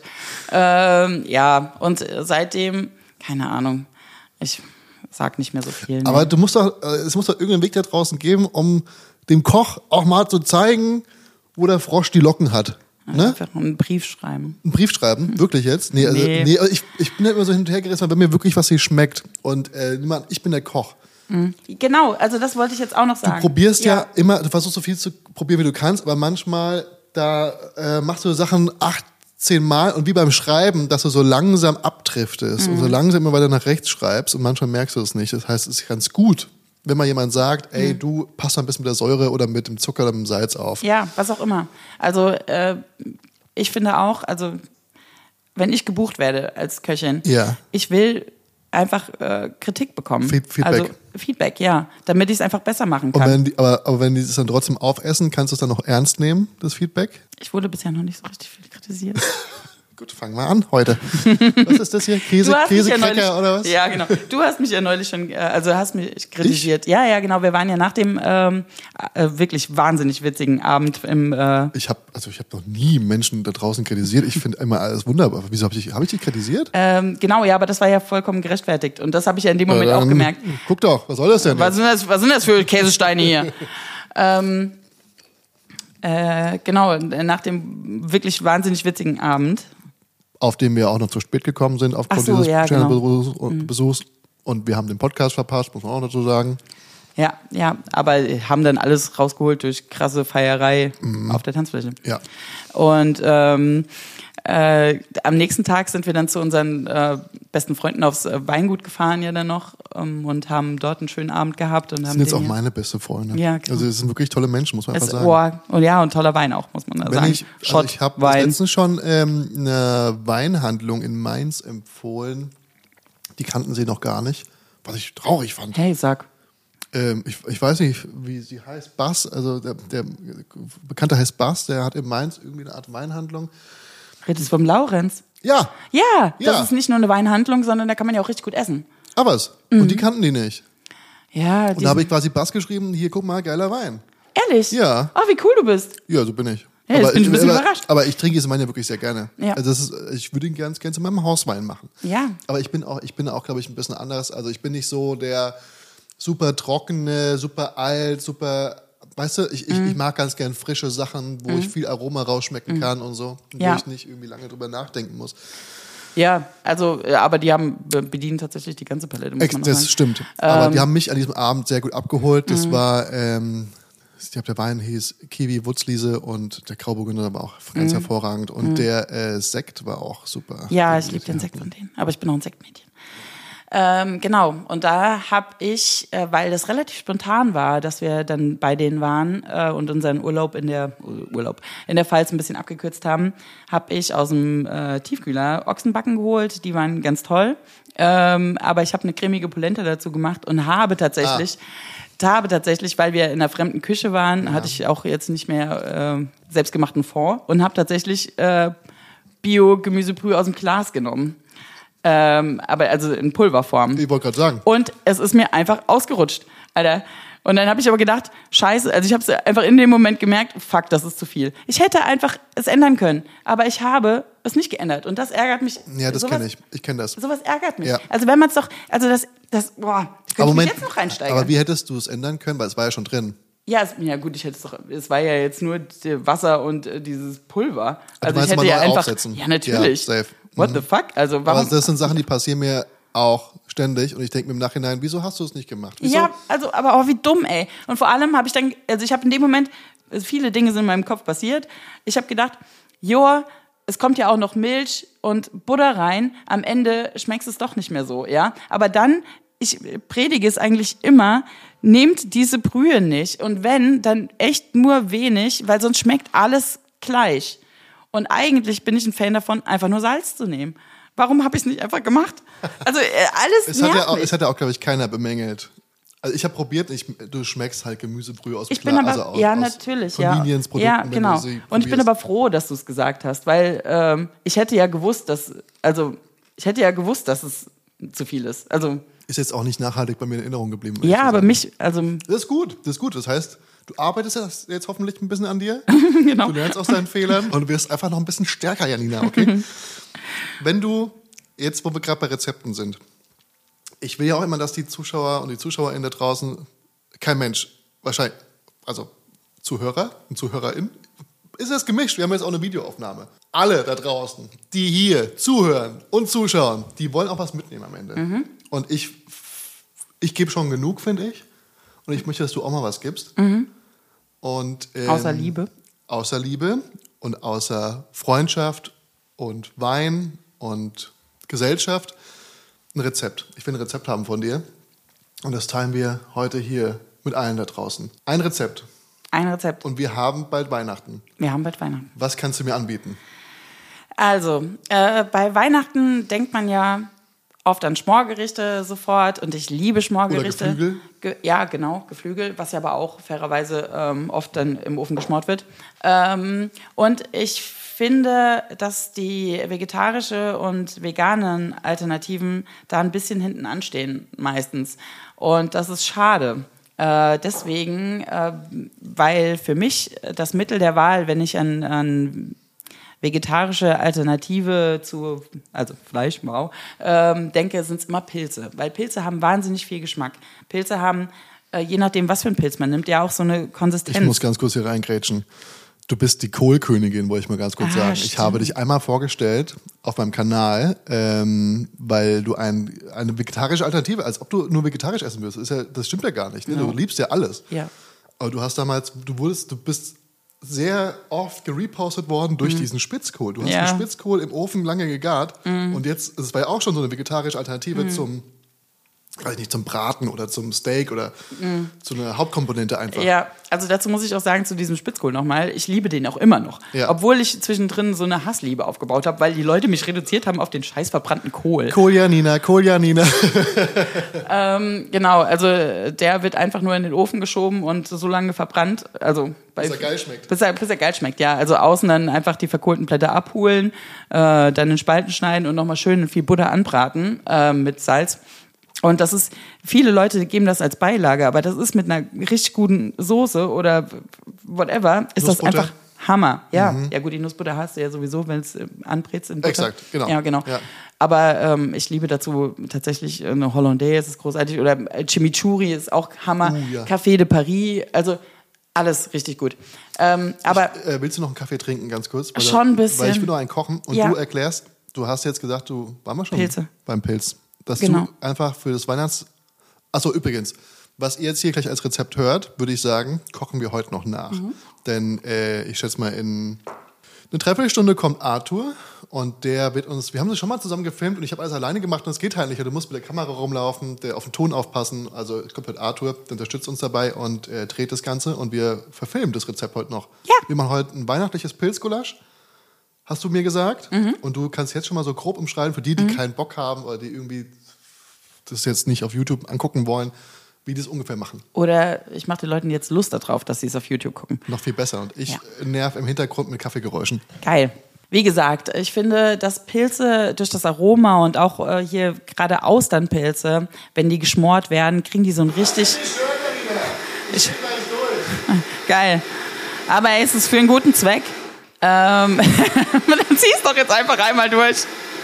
Ja, und seitdem, keine Ahnung, ich sag nicht mehr so viel. Aber es muss doch irgendeinen Weg da draußen geben, um dem Koch auch mal zu zeigen, wo der Frosch die Locken hat. Ne? Einfach einen Brief schreiben. Einen Brief schreiben? Wirklich jetzt? Nee, also, nee. Ich bin ja immer so hin und her gerissen, weil bei mir wirklich was hier schmeckt. Und ich bin der Koch. Genau, also das wollte ich jetzt auch noch sagen. Du probierst ja immer, du versuchst so viel zu probieren, wie du kannst, aber manchmal, da machst du Sachen 8-10 Mal und wie beim Schreiben, dass du so langsam abdriftest und so langsam immer weiter nach rechts schreibst und manchmal merkst du es nicht. Das heißt, es ist ganz gut, wenn mal jemand sagt, ey, du passt mal ein bisschen mit der Säure oder mit dem Zucker oder mit dem Salz auf. Ja, was auch immer. Also ich finde auch, also wenn ich gebucht werde als Köchin, ich will einfach Kritik bekommen. Feedback. Also Feedback, ja, damit ich es einfach besser machen kann. Aber wenn die es dann trotzdem aufessen, kannst du es dann noch ernst nehmen, das Feedback? Ich wurde bisher noch nicht so richtig viel kritisiert. Gut, fangen wir an heute. Was ist das hier? Käsekrecker oder was? Ja, genau. Du hast mich ja neulich schon, hast mich kritisiert. Ja, genau. Wir waren ja nach dem wirklich wahnsinnig witzigen Abend im. Ich habe noch nie Menschen da draußen kritisiert. Ich finde immer alles wunderbar. Wieso habe ich dich kritisiert? Genau, ja, aber das war ja vollkommen gerechtfertigt und das habe ich ja in dem Moment auch gemerkt. Guck doch, was soll das denn? Was sind das für Käsesteine hier? Genau, nach dem wirklich wahnsinnig witzigen Abend. Auf dem wir auch noch zu spät gekommen sind, aufgrund dieses Besuchs. Und wir haben den Podcast verpasst, muss man auch dazu sagen. Ja, aber haben dann alles rausgeholt durch krasse Feierei auf der Tanzfläche. Ja. Und am nächsten Tag sind wir dann zu unseren besten Freunden aufs Weingut gefahren, ja dann noch. und haben dort einen schönen Abend gehabt. Und Das haben sind jetzt auch den meine beste Freunde. Ja, genau. Also es sind wirklich tolle Menschen, muss man einfach sagen. Und toller Wein auch, muss man sagen. Ich habe letztens schon eine Weinhandlung in Mainz empfohlen. Die kannten sie noch gar nicht, was ich traurig fand. Hey, sag. Ich weiß nicht, wie sie heißt. Bass, also der Bekannte heißt Bass, der hat in Mainz irgendwie eine Art Weinhandlung. Redest du vom Laurenz? Ja. Ja, das Ja. ist nicht nur eine Weinhandlung, sondern da kann man ja auch richtig gut essen. Aber es. Und die kannten die nicht. Ja, Und da habe ich quasi Bass geschrieben, hier, guck mal, geiler Wein. Ehrlich? Ja. Oh, wie cool du bist. Ja, so bin ich. Ja, jetzt bin ich ein bisschen überrascht. Aber ich trinke diesen Wein ja wirklich sehr gerne. Ja. Also ich würde ihn gerne zu meinem Hauswein machen. Ja. Aber ich bin auch, glaube ich, ein bisschen anders. Also ich bin nicht so der super trockene, super alt, super, weißt du, ich mag ganz gern frische Sachen, wo ich viel Aroma rausschmecken kann und so. Ja. Wo ich nicht irgendwie lange drüber nachdenken muss. Ja, also, aber die bedienen tatsächlich die ganze Palette, muss man noch Das sagen. stimmt. Aber die haben mich an diesem Abend sehr gut abgeholt. Das war, ich glaube, der Wein hieß Kiwi Wutzliese und der Grauburgunder war auch ganz hervorragend. Und der Sekt war auch super. Ja, ich liebe den Sekt von denen, aber ich bin auch ein Sektmädchen. Genau, und da habe ich, weil das relativ spontan war, dass wir dann bei denen waren und unseren Urlaub in der Pfalz ein bisschen abgekürzt haben, habe ich aus dem Tiefkühler Ochsenbacken geholt, die waren ganz toll, aber ich habe eine cremige Polenta dazu gemacht und habe tatsächlich, weil wir in einer fremden Küche waren, hatte ich auch jetzt nicht mehr selbstgemachten Fond und habe tatsächlich Bio-Gemüsebrühe aus dem Glas genommen. Aber also in Pulverform. Ich wollte gerade sagen. Und es ist mir einfach ausgerutscht, Alter. Und dann habe ich aber gedacht, scheiße, also ich habe es einfach in dem Moment gemerkt, fuck, das ist zu viel. Ich hätte einfach es ändern können, aber ich habe es nicht geändert und das ärgert mich. Ja, das kenne ich. Ich kenne das. Sowas ärgert mich. Ja. Also wenn man es doch, also boah, ich könnte mich jetzt noch reinsteigern. Aber wie hättest du es ändern können? Weil es war ja schon drin. Ja, gut, es war ja jetzt nur Wasser und dieses Pulver. Also ich meinst, hätte man ja neu einfach, aufsetzen? ja natürlich. Ja, safe. What the fuck? Also warum? Aber das sind Sachen, die passieren mir auch ständig und ich denke mir im Nachhinein, wieso hast du es nicht gemacht? Wieso? Ja, also, aber wie dumm, ey. Und vor allem habe ich dann, also ich habe in dem Moment, viele Dinge sind in meinem Kopf passiert. Ich habe gedacht, es kommt ja auch noch Milch und Butter rein. Am Ende schmeckt es doch nicht mehr so, ja. Aber dann, ich predige es eigentlich immer, nehmt diese Brühe nicht. Und wenn, dann echt nur wenig, weil sonst schmeckt alles gleich. Und eigentlich bin ich ein Fan davon, einfach nur Salz zu nehmen. Warum habe ich es nicht einfach gemacht? Also alles nervt mich. Es hat ja auch, glaube ich, keiner bemängelt. Also ich habe probiert, du schmeckst halt Gemüsebrühe aus dem Bin aber, aus natürlich, ja. Convenience-Produkten, ja, wenn genau. du sie Und ich bin aber froh, dass du es gesagt hast, weil ich hätte ja gewusst, dass es zu viel ist. Also ist jetzt auch nicht nachhaltig bei mir in Erinnerung geblieben. Ja, aber mich, also Das ist gut. Das heißt, du arbeitest jetzt hoffentlich ein bisschen an dir. genau. Du lernst aus deinen Fehlern und du wirst einfach noch ein bisschen stärker, Janina, okay? Wenn du, jetzt wo wir gerade bei Rezepten sind, ich will ja auch immer, dass die Zuschauer und die ZuschauerInnen da draußen, kein Mensch, wahrscheinlich, also Zuhörer und ZuhörerInnen, ist es gemischt, wir haben jetzt auch eine Videoaufnahme. Alle da draußen, die hier zuhören und zuschauen, die wollen auch was mitnehmen am Ende. Und ich gebe schon genug, finde ich. Und ich möchte, dass du auch mal was gibst. Und, außer Liebe. Außer Liebe und außer Freundschaft und Wein und Gesellschaft ein Rezept. Ich will ein Rezept haben von dir. Und das teilen wir heute hier mit allen da draußen. Ein Rezept. Ein Rezept. Und wir haben bald Weihnachten. Was kannst du mir anbieten? Also, bei Weihnachten denkt man ja oft an Schmorgerichte sofort und ich liebe Schmorgerichte. Oder Geflügel. Ja, genau, Geflügel, was ja aber auch fairerweise oft dann im Ofen geschmort wird. Und ich finde, dass die vegetarische und veganen Alternativen da ein bisschen hinten anstehen meistens. Und das ist schade. Deswegen, weil für mich das Mittel der Wahl, wenn ich an vegetarische Alternative zu, also Fleisch, denke, sind es immer Pilze. Weil Pilze haben wahnsinnig viel Geschmack. Pilze haben, je nachdem, was für ein Pilz man nimmt, ja auch so eine Konsistenz. Ich muss ganz kurz hier reingrätschen. Du bist die Kohlkönigin, wollte ich mal ganz kurz sagen. Stimmt. Ich habe dich einmal vorgestellt auf meinem Kanal, weil du eine vegetarische Alternative, als ob du nur vegetarisch essen würdest. Das stimmt ja gar nicht. Ne? Genau. Du liebst ja alles. Ja. Aber du bist sehr oft gerepostet worden durch diesen Spitzkohl. Du hast den Spitzkohl im Ofen lange gegart und jetzt, das war ja auch schon so eine vegetarische Alternative zum weiß ich nicht, zum Braten oder zum Steak oder zu einer Hauptkomponente einfach. Ja, also dazu muss ich auch sagen, zu diesem Spitzkohl nochmal, ich liebe den auch immer noch. Ja. Obwohl ich zwischendrin so eine Hassliebe aufgebaut habe, weil die Leute mich reduziert haben auf den scheiß verbrannten Kohl. Kohljanina. Genau, also der wird einfach nur in den Ofen geschoben und so lange verbrannt. Also Bis er geil schmeckt. Bis er geil schmeckt, ja. Also außen dann einfach die verkohlten Blätter abholen, dann in Spalten schneiden und nochmal schön in viel Butter anbraten mit Salz. Und das ist, viele Leute geben das als Beilage, aber das ist mit einer richtig guten Soße oder whatever, ist das einfach Hammer. Ja, ja gut, die Nussbutter hast du ja sowieso, wenn es anbrätst in Butter. Exakt, genau. Ja, genau. Ja. Aber ich liebe dazu tatsächlich eine Hollandaise, ist großartig. Oder Chimichurri ist auch Hammer. Ja. Café de Paris, also alles richtig gut. Aber willst du noch einen Kaffee trinken, ganz kurz? Schon ein bisschen. Weil ich will noch einen kochen und Ja. du erklärst, du hast jetzt gesagt, waren wir schon Pilze. beim Pilz. Dass Genau. du einfach für das Achso, übrigens, was ihr jetzt hier gleich als Rezept hört, würde ich sagen, kochen wir heute noch nach. Denn ich schätze mal, in eine Dreiviertelstunde kommt Arthur und der wird uns, wir haben das schon mal zusammen gefilmt und ich habe alles alleine gemacht und es geht halt nicht. Du musst mit der Kamera rumlaufen, auf den Ton aufpassen. Also es kommt heute Arthur, der unterstützt uns dabei und dreht das Ganze und wir verfilmen das Rezept heute noch. Ja. Wir machen heute ein weihnachtliches Pilzgulasch. Hast du mir gesagt. Und du kannst jetzt schon mal so grob umschreiben, für die keinen Bock haben oder die irgendwie das jetzt nicht auf YouTube angucken wollen, wie die es ungefähr machen. oder ich mache den Leuten jetzt Lust darauf, dass sie es auf YouTube gucken. Noch viel besser. Und ich Ja. nerv im Hintergrund mit Kaffeegeräuschen. Geil. Wie gesagt, ich finde, dass Pilze durch das Aroma und auch hier gerade Austernpilze, wenn die geschmort werden, kriegen die so ein richtig... Geil. Aber ey, es ist für einen guten Zweck. Dann zieh's doch jetzt einfach einmal durch.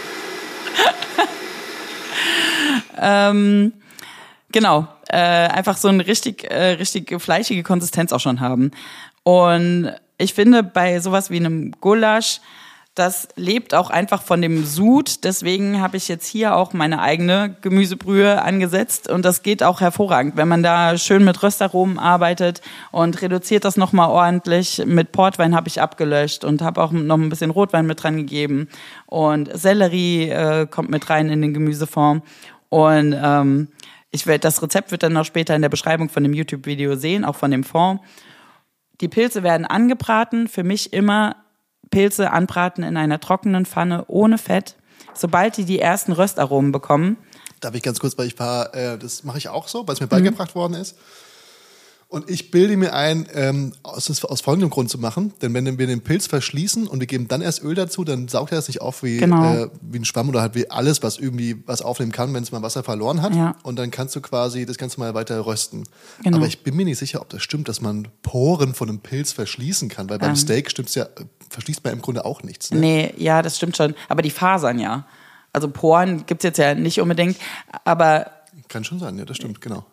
Genau. Einfach so eine richtig fleischige Konsistenz auch schon haben. Und ich finde, bei sowas wie einem Gulasch, das lebt auch einfach von dem Sud. Deswegen habe ich jetzt hier auch meine eigene Gemüsebrühe angesetzt. Und das geht auch hervorragend, wenn man da schön mit Röstaromen arbeitet und reduziert das nochmal ordentlich. Mit Portwein habe ich abgelöscht und habe auch noch ein bisschen Rotwein mit dran gegeben. Und Sellerie kommt mit rein in den Gemüseform. Und das Rezept wird dann noch später in der Beschreibung von dem YouTube-Video sehen, auch von dem Fond. Die Pilze werden angebraten. Für mich immer Pilze anbraten in einer trockenen Pfanne ohne Fett. Sobald die ersten Röstaromen bekommen. Darf ich ganz kurz, weil das mache ich auch so, weil es mir beigebracht worden ist. Und ich bilde mir ein, aus folgendem Grund zu machen. Denn wenn wir den Pilz verschließen und wir geben dann erst Öl dazu, dann saugt er das nicht auf wie ein Schwamm oder halt wie alles, was irgendwie was aufnehmen kann, wenn es mal Wasser verloren hat. Ja. Und dann kannst du quasi das Ganze mal weiter rösten. Genau. Aber ich bin mir nicht sicher, ob das stimmt, dass man Poren von einem Pilz verschließen kann. Weil beim Steak stimmt's ja, verschließt man im Grunde auch nichts. Ne? Nee, ja, das stimmt schon. Aber die Fasern ja. Also Poren gibt's jetzt ja nicht unbedingt. Aber Kann schon sein, ja, das stimmt, genau.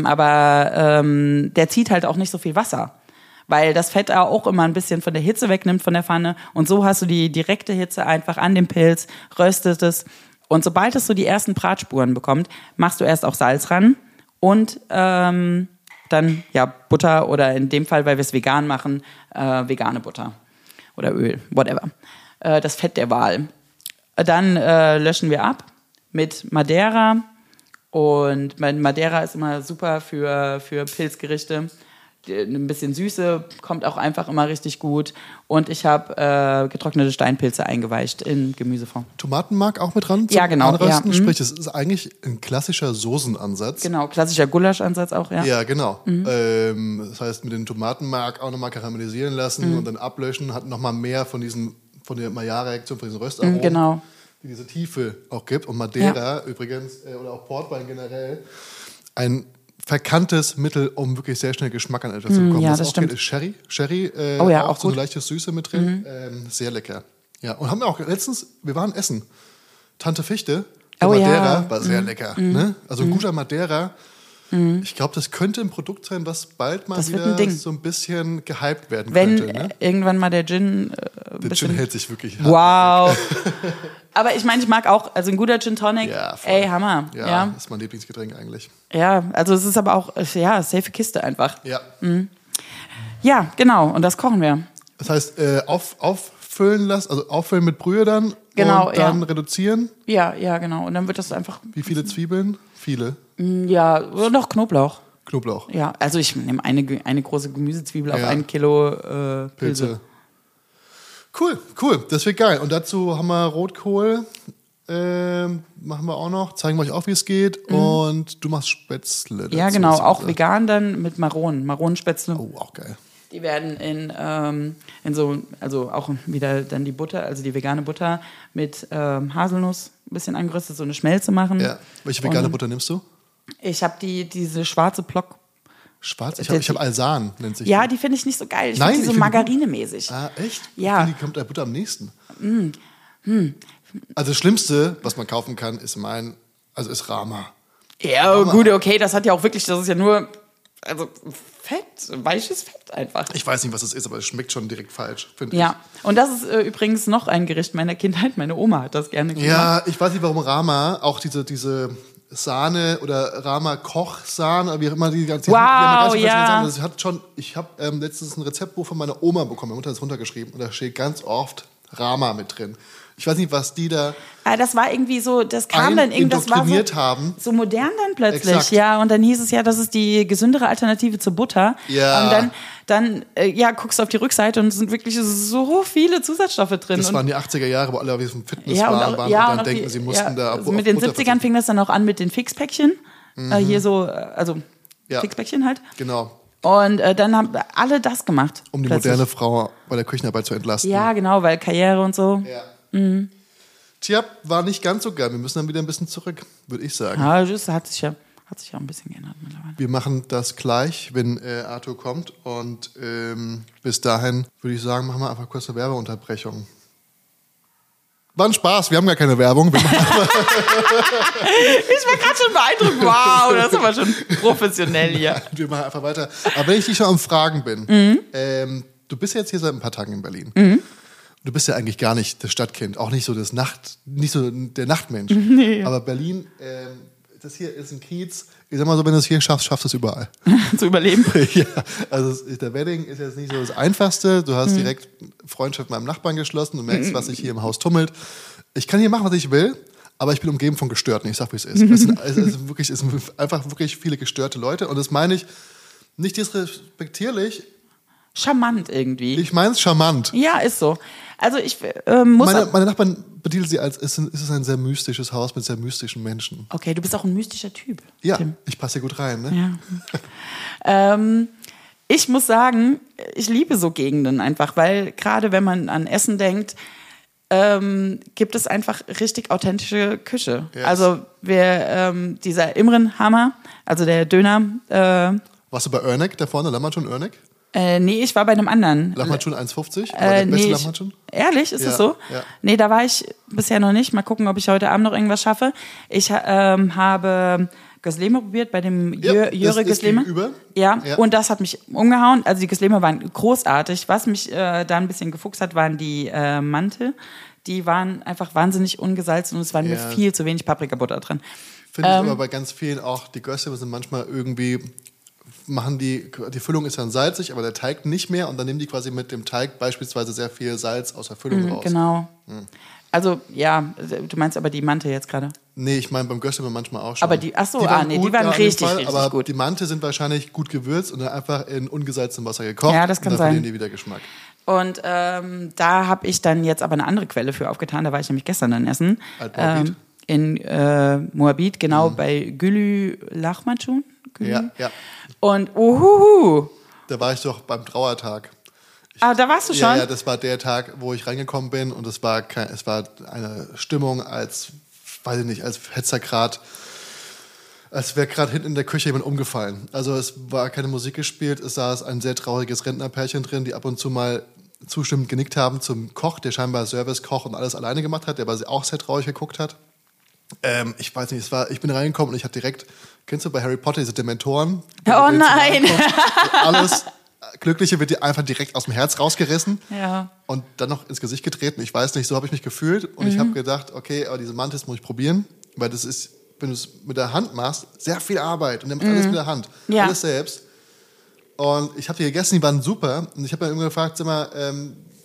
der zieht halt auch nicht so viel Wasser. Weil das Fett auch immer ein bisschen von der Hitze wegnimmt von der Pfanne. Und so hast du die direkte Hitze einfach an dem Pilz, röstet es. Und sobald es so die ersten Bratspuren bekommt, machst du erst auch Salz ran und dann ja Butter oder in dem Fall, weil wir es vegan machen, vegane Butter oder Öl, whatever. Das Fett der Wahl. Dann löschen wir ab mit Madeira. Und Madeira ist immer super für Pilzgerichte. Ein bisschen Süße kommt auch einfach immer richtig gut. Und ich habe getrocknete Steinpilze eingeweicht in Gemüseform. Tomatenmark auch mit dran zum Ja, genau, Anrösten? ja. Sprich, es ist eigentlich ein klassischer Soßenansatz. Genau, klassischer Gulaschansatz auch, ja. Ja, genau. Das heißt, mit dem Tomatenmark auch nochmal karamellisieren lassen und dann ablöschen, hat nochmal mehr von der Maillard-Reaktion, von diesen Röstaromen, Genau. die diese Tiefe auch gibt. Und Madeira übrigens, oder auch Portwein generell, ein verkanntes Mittel, um wirklich sehr schnell Geschmack an etwas zu bekommen. ja, Was das auch stimmt. geht, ist Sherry. Sherry, Oh ja, auch auch so eine gut. leichte Süße mit drin. Sehr lecker. Ja, und haben wir auch letztens, wir waren essen. Tante Fichte, Oh ja. Madeira, war sehr lecker. Ne? Also guter Madeira. Ich glaube, das könnte ein Produkt sein, was bald mal Das wird wieder ein Ding. so ein bisschen gehypt werden Wenn könnte. Ne? irgendwann mal der Gin Der Gin hält sich wirklich hart. Wow. Aber ich meine, ich mag auch, also ein guter Gin Tonic, Ja, voll. ey, Hammer. Ja, Ja. ist mein Lieblingsgetränk eigentlich. Ja, also es ist aber auch, ja, safe Kiste einfach. Ja. Ja, genau, und das kochen wir. Das heißt, auf auffüllen lassen, also auffüllen mit Brühe dann Genau, und dann reduzieren. Ja, genau. Und dann wird das einfach... Wie viele Zwiebeln? Viele. Ja, oder noch Knoblauch. Knoblauch. Ja, also ich nehme eine große Gemüsezwiebel auf 1 Kilo Pilze. Cool. Das wird geil. Und dazu haben wir Rotkohl. Machen wir auch noch. Zeigen wir euch auch, wie es geht. Und du machst Spätzle dazu. Ja, genau. Auch vegan dann mit Maronenspätzle. Oh, auch geil. Die werden in so, also auch wieder dann die Butter, also die vegane Butter mit Haselnuss ein bisschen angeröstet, so eine Schmelze machen. Ja. Welche vegane Butter nimmst du? Ich habe diese schwarze Plock. Schwarz? Ich hab Alsan, nennt sich Ja, die finde ich nicht so geil. Ich finde die so margarinemäßig. echt? Ja. Ich finde, die kommt der Butter am nächsten. Also das Schlimmste, was man kaufen kann, ist ist Rama. Ja, gut, okay, das hat ja auch wirklich, das ist ja nur, also Fett, weiches Fett einfach. Ich weiß nicht, was das ist, aber es schmeckt schon direkt falsch, finde ich. Ja, und das ist übrigens noch ein Gericht meiner Kindheit. Meine Oma hat das gerne gemacht. Ja, ich weiß nicht, warum Rama, auch diese Sahne oder Rama Kochsahne, oder wie auch immer die ganze das hat schon, ich habe letztens ein Rezeptbuch von meiner Oma bekommen, meine Mutter hat es runtergeschrieben und da steht ganz oft Rama mit drin. Ich weiß nicht, was die da das war irgendwie so, das kam dann irgendwas war so modern dann plötzlich, Exakt. ja, und dann hieß es ja, das ist die gesündere Alternative zur Butter. Ja. Und dann guckst du auf die Rückseite und es sind wirklich so viele Zusatzstoffe drin. Das waren die 80er Jahre, wo alle auf diesem Fitnesswahn waren und dann denken, sie mussten da also mit den Butter 70ern fing das dann auch an mit den Fixpäckchen. Hier so, also Ja. Fixpäckchen halt. Genau. Und dann haben alle das gemacht. Um die plötzlich. moderne Frau bei der Küchenarbeit zu entlasten. Ja, genau, weil Karriere und so. Ja. Tja, war nicht ganz so geil. Wir müssen dann wieder ein bisschen zurück, würde ich sagen. Ja, das hat sich ja ein bisschen geändert mittlerweile. Wir machen das gleich, wenn Arthur kommt. Und bis dahin würde ich sagen, machen wir einfach kurz eine Werbeunterbrechung. War ein Spaß, wir haben gar keine Werbung. Wir machen Ich war gerade schon beeindruckt. Wow, das ist aber schon professionell hier. wir machen einfach weiter. Aber wenn ich dich schon am Fragen bin, du bist jetzt hier seit ein paar Tagen in Berlin. Du bist ja eigentlich gar nicht das Stadtkind, auch nicht so nicht so der Nachtmensch. Nee. Aber Berlin, das hier ist ein Kiez. Ich sag mal so, wenn du es hier schaffst, schaffst du es überall. Zu überleben. Ja, also der Wedding ist jetzt nicht so das Einfachste. Du hast direkt Freundschaft mit meinem Nachbarn geschlossen. Du merkst, was sich hier im Haus tummelt. Ich kann hier machen, was ich will, aber ich bin umgeben von Gestörten. Ich sag, wie es ist. Es sind einfach wirklich viele gestörte Leute. Und das meine ich nicht disrespektierlich. Charmant irgendwie. Ich meine es charmant. Ja, ist so. Also ich muss... Meine Nachbarn betiteln sie als, es ist ein sehr mystisches Haus mit sehr mystischen Menschen. Okay, du bist auch ein mystischer Typ. Ja, Tim. ich passe hier gut rein. Ne? Ja. Ich muss sagen, ich liebe so Gegenden einfach, weil gerade wenn man an Essen denkt, gibt es einfach richtig authentische Küche. Yes. Also dieser Imren-Hammer, also der Döner... Warst du bei Örnek da vorne, Lammatschun Örnek? Nee, ich war bei einem anderen. Lammatschun 1,50? Der beste Lammatschun? Ehrlich, ist das so? Ja. Nee, da war ich bisher noch nicht. Mal gucken, ob ich heute Abend noch irgendwas schaffe. Ich habe Gösleme probiert bei dem Jöre Gösleme. Ja, und das hat mich umgehauen. Also die Gösleme waren großartig. Was mich da ein bisschen gefuchst hat, waren die Mante. Die waren einfach wahnsinnig ungesalzen und es waren mir viel zu wenig Paprikabutter drin. Finde ich aber bei ganz vielen auch, die Gösleme sind manchmal irgendwie... die Füllung ist dann salzig, aber der Teig nicht mehr und dann nehmen die quasi mit dem Teig beispielsweise sehr viel Salz aus der Füllung raus. Genau. Also, ja, du meinst aber die Mante jetzt gerade? Nee, ich meine beim Gösleme manchmal auch schon. Aber die waren richtig aber gut. Die Mante sind wahrscheinlich gut gewürzt und dann einfach in ungesalzenem Wasser gekocht. Ja, das kann und dann sein. verlieren die wieder Geschmack. Und da habe ich dann jetzt aber eine andere Quelle für aufgetan. Da war ich nämlich gestern dann essen. Alt-Moabit? In Moabit, genau, bei Gülü Lahmacun. Ja. Und Da war ich doch beim Trauertag. da warst du schon? Ja, das war der Tag, wo ich reingekommen bin und es war eine Stimmung als wäre gerade hinten in der Küche jemand umgefallen. Also es war keine Musik gespielt, es saß ein sehr trauriges Rentnerpärchen drin, die ab und zu mal zustimmend genickt haben zum Koch, der scheinbar Servicekoch und alles alleine gemacht hat, der aber auch sehr traurig geguckt hat. Ich weiß nicht, ich bin reingekommen und ich hatte direkt, kennst du bei Harry Potter diese Dementoren? Oh nein! Alles Glückliche wird dir einfach direkt aus dem Herz rausgerissen und dann noch ins Gesicht getreten. Ich weiß nicht, so habe ich mich gefühlt und ich habe gedacht, okay, aber diese Mantis muss ich probieren, weil das ist, wenn du es mit der Hand machst, sehr viel Arbeit und dann alles mit der Hand, alles selbst. Und ich habe die gegessen, die waren super und ich habe dann irgendwann gefragt, sag mal,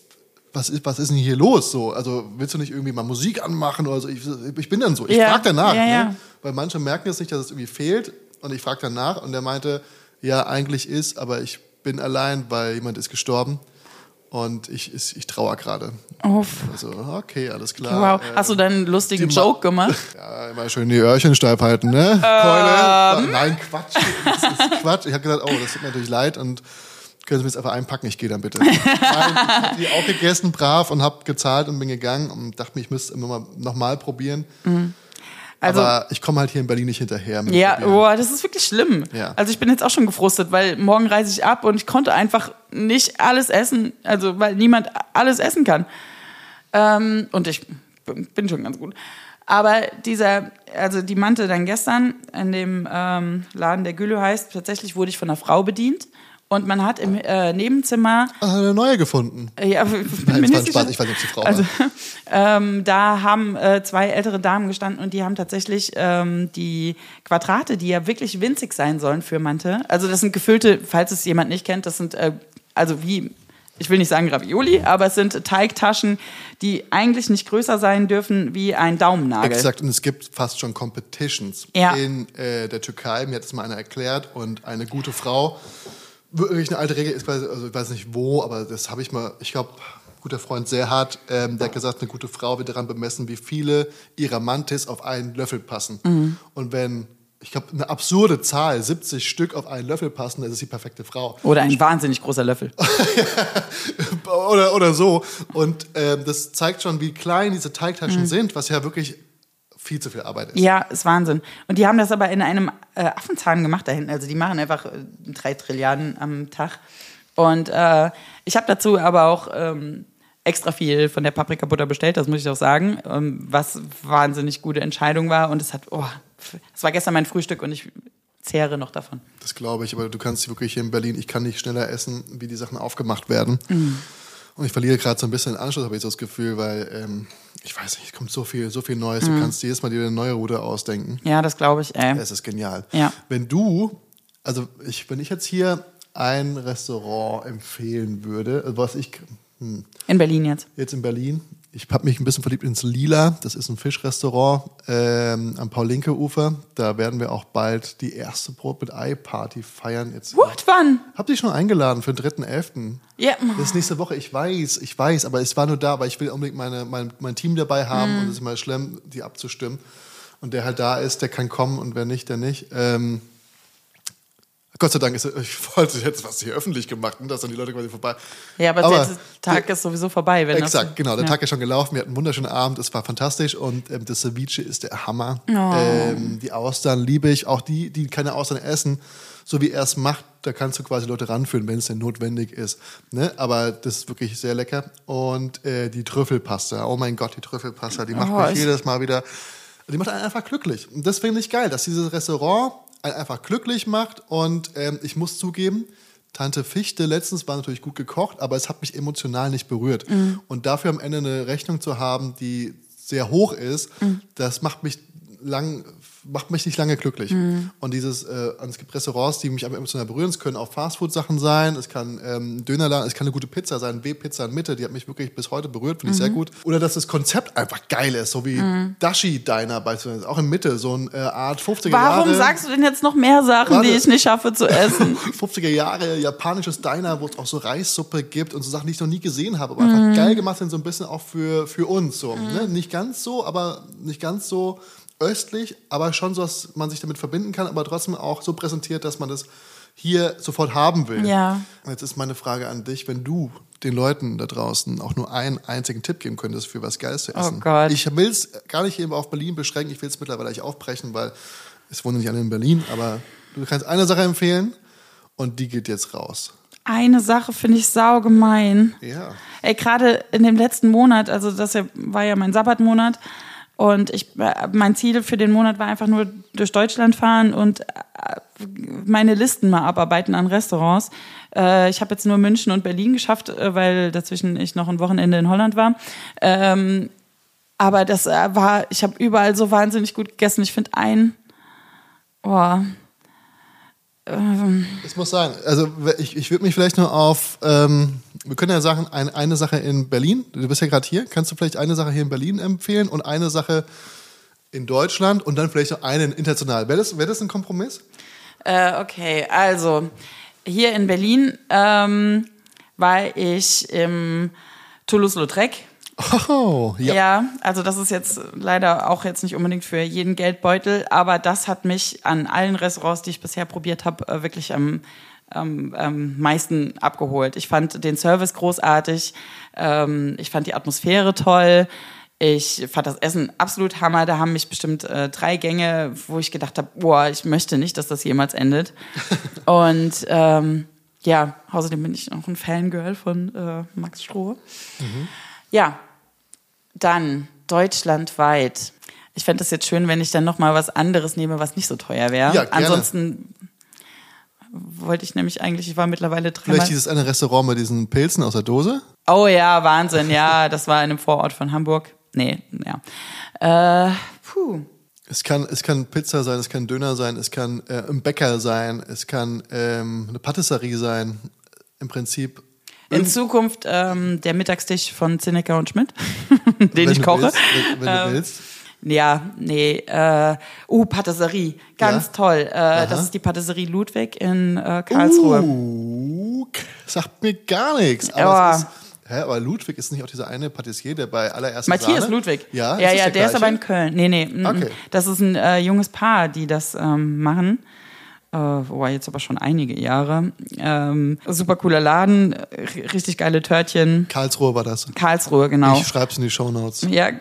was ist denn hier los? So, also willst du nicht irgendwie mal Musik anmachen oder so? Ich bin dann so, ich frage danach. Ne? Weil manche merken jetzt nicht, dass es irgendwie fehlt und ich frage danach und der meinte, ja, eigentlich ist, aber ich bin allein, weil jemand ist gestorben. Und ich trauere gerade. Also, okay, alles klar. Wow. Hast du dann einen lustigen Joke gemacht? Ja, immer schön die Öhrchen steif halten, ne? Keule. Nein, Quatsch. Das ist Quatsch. Ich habe gesagt, das tut mir natürlich leid und können Sie mir jetzt einfach einpacken, ich gehe dann bitte. Nein, ich habe die auch gegessen, brav, und habe gezahlt und bin gegangen und dachte mir, ich müsste immer noch mal probieren. Also, aber ich komme halt hier in Berlin nicht hinterher. Das ist wirklich schlimm. Ja. Also ich bin jetzt auch schon gefrustet, weil morgen reise ich ab und ich konnte einfach nicht alles essen, also weil niemand alles essen kann. Und ich bin schon ganz gut. Aber die Mante dann gestern in dem Laden, der Gülü heißt, tatsächlich wurde ich von einer Frau bedient. Und man hat im Nebenzimmer... eine neue gefunden. Ja, Nein, das war ein Spaß. Ich weiß nicht, ob die Frau war. Da haben 2 ältere Damen gestanden und die haben tatsächlich die Quadrate, die ja wirklich winzig sein sollen für Mante. Also das sind gefüllte, falls es jemand nicht kennt, das sind ich will nicht sagen Ravioli, aber es sind Teigtaschen, die eigentlich nicht größer sein dürfen wie ein Daumennagel. Exakt, und es gibt fast schon Competitions in der Türkei. Mir hat es mal einer erklärt und eine gute Frau... Wirklich eine alte Regel ist, also ich weiß nicht wo, aber das habe ich mal, ich glaube, guter Freund Serhat, der hat gesagt, eine gute Frau wird daran bemessen, wie viele ihrer Mantis auf einen Löffel passen. Und wenn, ich glaube, eine absurde Zahl, 70 Stück auf einen Löffel passen, dann ist es die perfekte Frau. Oder ein wahnsinnig großer Löffel. oder so. Und das zeigt schon, wie klein diese Teigtaschen sind, was ja wirklich viel zu viel Arbeit ist. Ja, ist Wahnsinn. Und die haben das aber in einem Affenzahn gemacht da hinten. Also die machen einfach 3 Trilliarden am Tag. Und ich habe dazu aber auch extra viel von der Paprikabutter bestellt, das muss ich auch sagen, was wahnsinnig gute Entscheidung war. Und es war gestern mein Frühstück und ich zehre noch davon. Das glaube ich, aber du kannst wirklich hier in Berlin, ich kann nicht schneller essen, wie die Sachen aufgemacht werden. Und ich verliere gerade so ein bisschen den Anschluss, habe ich so das Gefühl, weil, ich weiß nicht, es kommt so viel Neues. Du kannst jedes Mal dir eine neue Route ausdenken. Ja, das glaube ich. Es ist genial. Ja. Wenn ich jetzt hier ein Restaurant empfehlen würde, in Berlin jetzt? Jetzt in Berlin. Ich habe mich ein bisschen verliebt ins Lila. Das ist ein Fischrestaurant am Paul-Lincke-Ufer. Da werden wir auch bald die erste Brot mit Ei-Party feiern. Wann? Hab dich schon eingeladen für den 3.11. Ja. Das ist nächste Woche. Ich weiß, aber es war nur da, weil ich will unbedingt mein Team dabei haben und es ist immer schlimm, die abzustimmen. Und der halt da ist, der kann kommen und wer nicht, der nicht. Gott sei Dank ich wollte jetzt was hier öffentlich gemacht, da sind die Leute quasi vorbei. Ja, aber der Tag ist sowieso vorbei. Exakt, genau. Der Tag ist schon gelaufen. Wir hatten einen wunderschönen Abend. Es war fantastisch und das Ceviche ist der Hammer. Die Austern liebe ich. Auch die keine Austern essen, so wie er es macht, da kannst du quasi Leute ranführen, wenn es denn notwendig ist. Ne? Aber das ist wirklich sehr lecker. Und die Trüffelpasta. Oh mein Gott, die Trüffelpasta, die macht mich jedes Mal wieder... Die macht einen einfach glücklich. Und das finde ich geil, dass dieses Restaurant einen einfach glücklich macht. Und ich muss zugeben, Tante Fichte letztens war natürlich gut gekocht, aber es hat mich emotional nicht berührt. Und dafür am Ende eine Rechnung zu haben, die sehr hoch ist, das macht mich nicht lange glücklich. Und es gibt Restaurants, die mich aber emotional berühren. Es können auch Fastfood-Sachen sein, es kann Dönerladen, es kann eine gute Pizza sein, W-Pizza in Mitte, die hat mich wirklich bis heute berührt, finde ich sehr gut. Oder dass das Konzept einfach geil ist, so wie Dashi Diner beispielsweise, auch in Mitte, so eine Art 50er Jahre. Warum sagst du denn jetzt noch mehr Sachen, die ich nicht schaffe zu essen? 50er Jahre japanisches Diner, wo es auch so Reissuppe gibt und so Sachen, die ich noch nie gesehen habe, aber einfach geil gemacht sind, so ein bisschen auch für uns. So, ne? Nicht ganz so östlich, aber schon so, dass man sich damit verbinden kann, aber trotzdem auch so präsentiert, dass man das hier sofort haben will. Ja. Jetzt ist meine Frage an dich, wenn du den Leuten da draußen auch nur einen einzigen Tipp geben könntest für was Geiles zu essen. Oh Gott. Ich will es gar nicht eben auf Berlin beschränken, ich will es mittlerweile eigentlich aufbrechen, weil es wohnen nicht alle in Berlin, aber du kannst eine Sache empfehlen und die geht jetzt raus. Eine Sache finde ich saugemein. Ja. Ey, gerade in dem letzten Monat, also war ja mein Sabbatmonat, und mein Ziel für den Monat war einfach nur durch Deutschland fahren und meine Listen mal abarbeiten an Restaurants. Ich habe jetzt nur München und Berlin geschafft, weil dazwischen ich noch ein Wochenende in Holland war. Aber ich habe überall so wahnsinnig gut gegessen. Ich finde Es muss sein. Also ich würde mich vielleicht nur auf, wir können ja sagen, eine Sache in Berlin, du bist ja gerade hier, kannst du vielleicht eine Sache hier in Berlin empfehlen und eine Sache in Deutschland und dann vielleicht noch eine international. Wäre das ein Kompromiss? Okay, also hier in Berlin war ich im Toulouse-Lautrec. Oh, ja. Ja, also das ist jetzt leider auch jetzt nicht unbedingt für jeden Geldbeutel, aber das hat mich an allen Restaurants, die ich bisher probiert habe, wirklich am meisten abgeholt. Ich fand den Service großartig, ich fand die Atmosphäre toll, ich fand das Essen absolut Hammer. Da haben mich bestimmt 3 Gänge, wo ich gedacht habe, boah, ich möchte nicht, dass das jemals endet. Und ja, außerdem bin ich auch ein Fangirl von Max Stroh. Mhm. Ja, dann deutschlandweit. Ich fände es jetzt schön, wenn ich dann noch mal was anderes nehme, was nicht so teuer wäre. Ja, gerne. Ansonsten wollte ich nämlich eigentlich, ich war mittlerweile 3 Vielleicht dieses eine Restaurant mit diesen Pilzen aus der Dose? Oh ja, Wahnsinn, ja, das war in einem Vorort von Hamburg. Nee, ja. Es kann Pizza sein, es kann Döner sein, es kann ein Bäcker sein, es kann eine Patisserie sein. Im Prinzip. In Zukunft der Mittagstisch von Zinnecker und Schmidt, den ich koche. Wenn du willst. Ja, nee. Patisserie, ganz toll. Das ist die Patisserie Ludwig in Karlsruhe. Sagt mir gar nichts. Aber aber Ludwig ist nicht auch dieser eine Patissier, der bei allerersten Matthias Sahne? Ludwig. Ja, der ist aber in Köln. Nee. Okay. Das ist ein junges Paar, die das machen. Jetzt aber schon einige Jahre. Super cooler Laden, richtig geile Törtchen. Karlsruhe war das. Karlsruhe, genau. Ich schreib's in die Shownotes. Ja.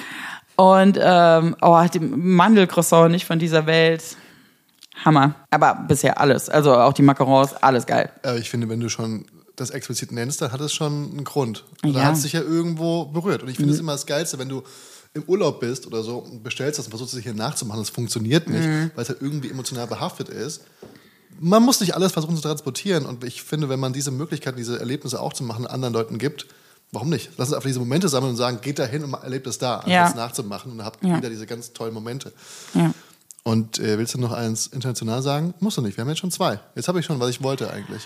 Und die Mandelcroissant nicht von dieser Welt. Hammer. Aber bisher alles. Also auch die Macarons, alles geil. Ich finde, wenn du schon das explizit nennst, dann hat es schon einen Grund. Da Ja. hat es dich ja irgendwo berührt. Und ich finde es immer das Geilste, wenn du im Urlaub bist oder so und bestellst das und versuchst es hier nachzumachen, das funktioniert nicht, weil es halt irgendwie emotional behaftet ist. Man muss nicht alles versuchen zu transportieren und ich finde, wenn man diese Möglichkeit, diese Erlebnisse auch zu machen, anderen Leuten gibt, warum nicht? Lass uns einfach diese Momente sammeln und sagen, geht da hin und erlebt es da, anstatt es nachzumachen und habt wieder diese ganz tollen Momente. Ja. Und willst du noch eins international sagen? Musst du nicht, wir haben jetzt schon 2. Jetzt habe ich schon, was ich wollte eigentlich.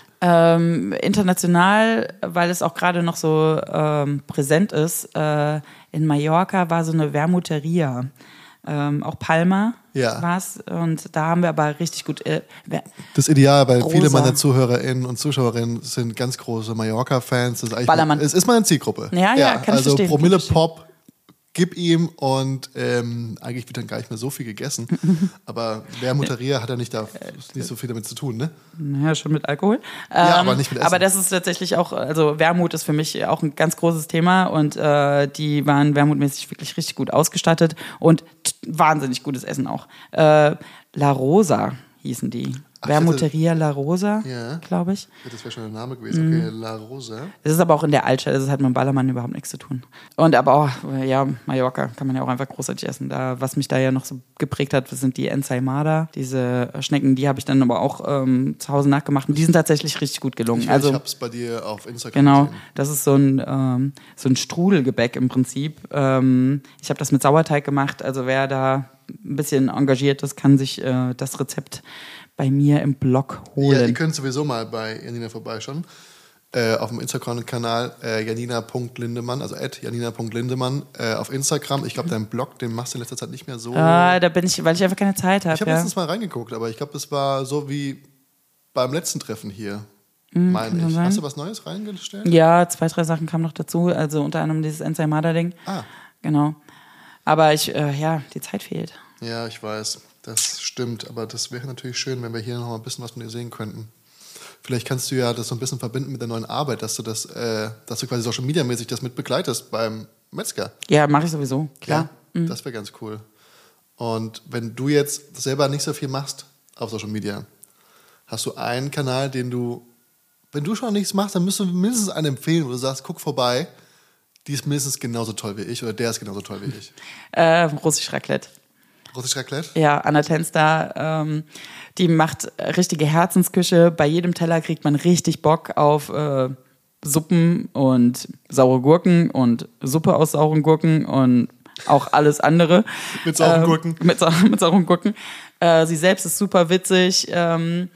International, weil es auch gerade noch so präsent ist, in Mallorca war so eine Vermuteria. Auch Palma war's. Und da haben wir aber richtig gut... das Ideal, weil Rosa. viele meiner ZuhörerInnen und Zuschauerinnen sind ganz große Mallorca-Fans. Das ist Ballermann. Es ist meine Zielgruppe. Ja, kann ich also verstehen. Promille Pop, gib ihm und eigentlich wird dann gar nicht mehr so viel gegessen. Aber Vermuteria hat ja nicht so viel damit zu tun, ne? Ja, schon mit Alkohol. Aber nicht mit Essen. Aber das ist tatsächlich auch, also Wermut ist für mich auch ein ganz großes Thema und die waren wermutmäßig wirklich richtig gut ausgestattet und wahnsinnig gutes Essen auch. La Rosa hießen die. Vermuteria La Rosa, glaube ich. Ja, das wäre schon der Name gewesen. Okay, La Rosa. Es ist aber auch in der Altstadt, es hat mit dem Ballermann überhaupt nichts zu tun. Und aber auch, Mallorca kann man ja auch einfach großartig essen. Was mich da ja noch so geprägt hat, sind die Ensaimada. Diese Schnecken, die habe ich dann aber auch zu Hause nachgemacht und die sind tatsächlich richtig gut gelungen. Ich habe es bei dir auf Instagram gesehen. Das ist so ein Strudelgebäck im Prinzip. Ich habe das mit Sauerteig gemacht, also wer da ein bisschen engagiert ist, kann sich das Rezept bei mir im Blog holen. Ja, ihr könnt sowieso mal bei Janina vorbeischauen. Auf dem Instagram-Kanal janina.lindemann, also @janina.lindemann auf Instagram. Ich glaube, deinen Blog, den machst du in letzter Zeit nicht mehr so. Da bin ich, weil ich einfach keine Zeit habe. Ich habe letztens mal reingeguckt, aber ich glaube, das war so wie beim letzten Treffen hier, meine ich. Hast du was Neues reingestellt? Ja, 2, 3 Sachen kamen noch dazu, also unter anderem dieses Ensaimada-Ding. Genau. Aber die Zeit fehlt. Ja, ich weiß. Das stimmt, aber das wäre natürlich schön, wenn wir hier noch mal ein bisschen was von dir sehen könnten. Vielleicht kannst du ja das so ein bisschen verbinden mit der neuen Arbeit, dass du quasi Social Media mäßig das mit begleitest beim Metzger. Ja, mache ich sowieso, klar. Ja, das wäre ganz cool. Und wenn du jetzt selber nicht so viel machst auf Social Media, hast du einen Kanal, den du, wenn du schon nichts machst, dann müsst du mindestens einen empfehlen, wo du sagst, guck vorbei, die ist mindestens genauso toll wie ich oder der ist genauso toll wie ich. Russisch Raclette. Russisch Raclette? Ja, Anna Tenster, die macht richtige Herzensküche. Bei jedem Teller kriegt man richtig Bock auf Suppen und saure Gurken und Suppe aus sauren Gurken und auch alles andere. Mit sauren Gurken. Mit sauren Gurken. Sie selbst ist super witzig.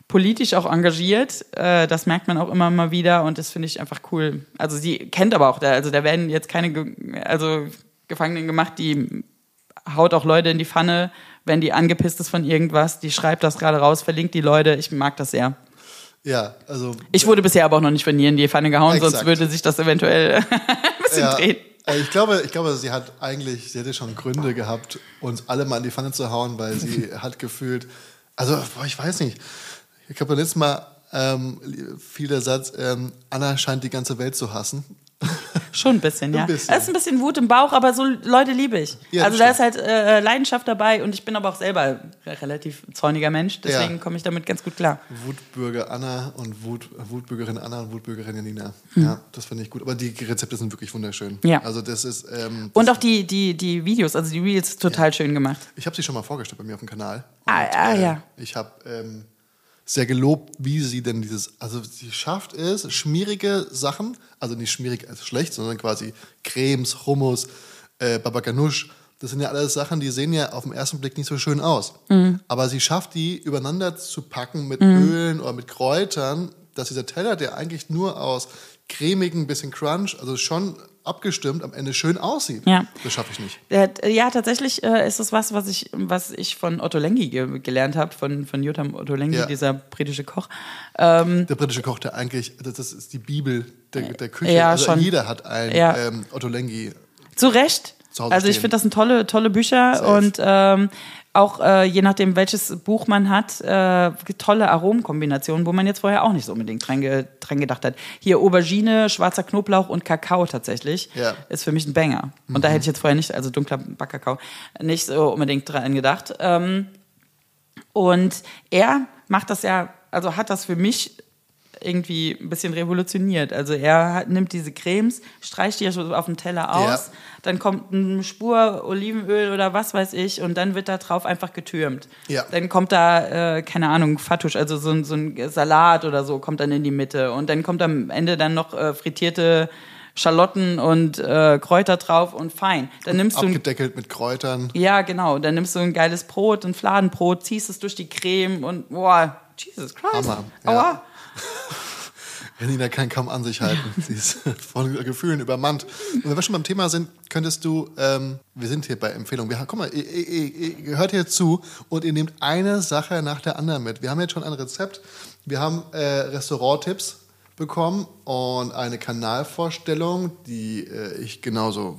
politisch auch engagiert. Das merkt man auch immer mal wieder und das finde ich einfach cool. Also sie kennt aber auch, da werden jetzt keine Gefangenen gemacht, die haut auch Leute in die Pfanne, wenn die angepisst ist von irgendwas. Die schreibt das gerade raus, verlinkt die Leute. Ich mag das sehr. Ja, also... Ich wurde bisher aber auch noch nicht von ihr in die Pfanne gehauen, exakt. Sonst würde sich das eventuell ein bisschen drehen. Ich glaube, sie hätte schon Gründe gehabt, uns alle mal in die Pfanne zu hauen, weil sie hat gefühlt... Also, ich weiß nicht. Ich habe letztes Mal fiel der Satz, Anna scheint die ganze Welt zu hassen. Schon ein bisschen, ja. Es ist ein bisschen Wut im Bauch, aber so Leute liebe ich. Ja, also da ist halt Leidenschaft dabei und ich bin aber auch selber relativ zorniger Mensch, deswegen komme ich damit ganz gut klar. Wutbürger Anna und Wutbürgerin Anna und Wutbürgerin Janina. Ja, das finde ich gut. Aber die Rezepte sind wirklich wunderschön. Ja. Also das ist... und auch die Videos, also die Reels total schön gemacht. Ich habe sie schon mal vorgestellt bei mir auf dem Kanal. Ja. Ich habe... sehr gelobt, wie sie denn also sie schafft es, schmierige Sachen, also nicht schmierig als schlecht, sondern quasi Cremes, Hummus, Baba Ganoush, das sind ja alles Sachen, die sehen ja auf den ersten Blick nicht so schön aus. Mhm. Aber sie schafft die übereinander zu packen mit Ölen oder mit Kräutern, dass dieser Teller, der eigentlich nur aus cremigen, bisschen Crunch, also schon abgestimmt, am Ende schön aussieht. Ja. Das schaffe ich nicht. Ja, tatsächlich ist es was ich von Otto Lengi gelernt habe, von Jotam Otto Lengi, dieser britische Koch. Der britische Koch, der eigentlich, das ist die Bibel der Küche. Ja, also schon. Jeder hat einen Otto Lengi. Zu Recht. Also ich finde, das sind tolle Bücher. Safe. Und auch je nachdem, welches Buch man hat, tolle Aromenkombinationen, wo man jetzt vorher auch nicht so unbedingt dran gedacht hat. Hier Aubergine, schwarzer Knoblauch und Kakao tatsächlich ist für mich ein Banger. Und da hätte ich jetzt vorher nicht, also dunkler Backkakao, nicht so unbedingt dran gedacht. Und er macht das hat das für mich irgendwie ein bisschen revolutioniert. Also er nimmt diese Cremes, streicht die auf dem Teller aus, dann kommt eine Spur Olivenöl oder was weiß ich und dann wird da drauf einfach getürmt. Ja. Dann kommt da, keine Ahnung, Fattusch, also so ein Salat oder so, kommt dann in die Mitte und dann kommt am Ende dann noch frittierte Schalotten und Kräuter drauf und fein. Dann nimmst abgedeckelt mit Kräutern. Ja, genau. Dann nimmst du ein geiles Brot, ein Fladenbrot, ziehst es durch die Creme und boah, Jesus Christ. Hammer. Ja. Aua. Janina kann kaum an sich halten. Sie ist von Gefühlen übermannt. Und wenn wir schon beim Thema sind, könntest du, wir sind hier bei Empfehlungen. Guck mal, ihr hört hier zu und ihr nehmt eine Sache nach der anderen mit. Wir haben jetzt schon ein Rezept, wir haben Restauranttipps bekommen und eine Kanalvorstellung, die ich genauso,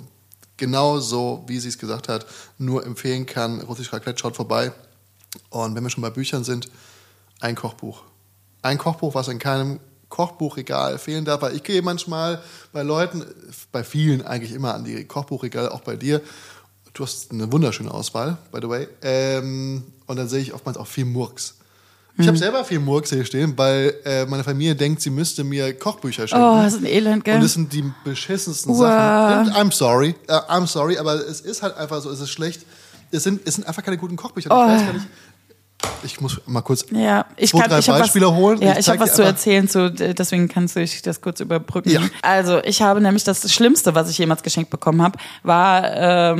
wie sie es gesagt hat, nur empfehlen kann. Russisch Raclette, schaut vorbei. Und wenn wir schon bei Büchern sind, ein Kochbuch. Ein Kochbuch, was in keinem Kochbuchregal fehlen darf, weil ich gehe manchmal bei Leuten, bei vielen eigentlich immer an die Kochbuchregale, auch bei dir. Du hast eine wunderschöne Auswahl, by the way. Und dann sehe ich oftmals auch viel Murks. Ich habe selber viel Murks hier stehen, weil meine Familie denkt, sie müsste mir Kochbücher schenken. Oh, das ist ein Elend, gell? Und das sind die beschissensten Sachen. I'm sorry, aber es ist halt einfach so, es ist schlecht. Es sind einfach keine guten Kochbücher. Ich weiß gar nicht. Ich muss mal kurz drei Beispiele holen. Ja, ich habe was zu erzählen, deswegen kannst du das kurz überbrücken. Ja. Also ich habe nämlich das Schlimmste, was ich jemals geschenkt bekommen habe, war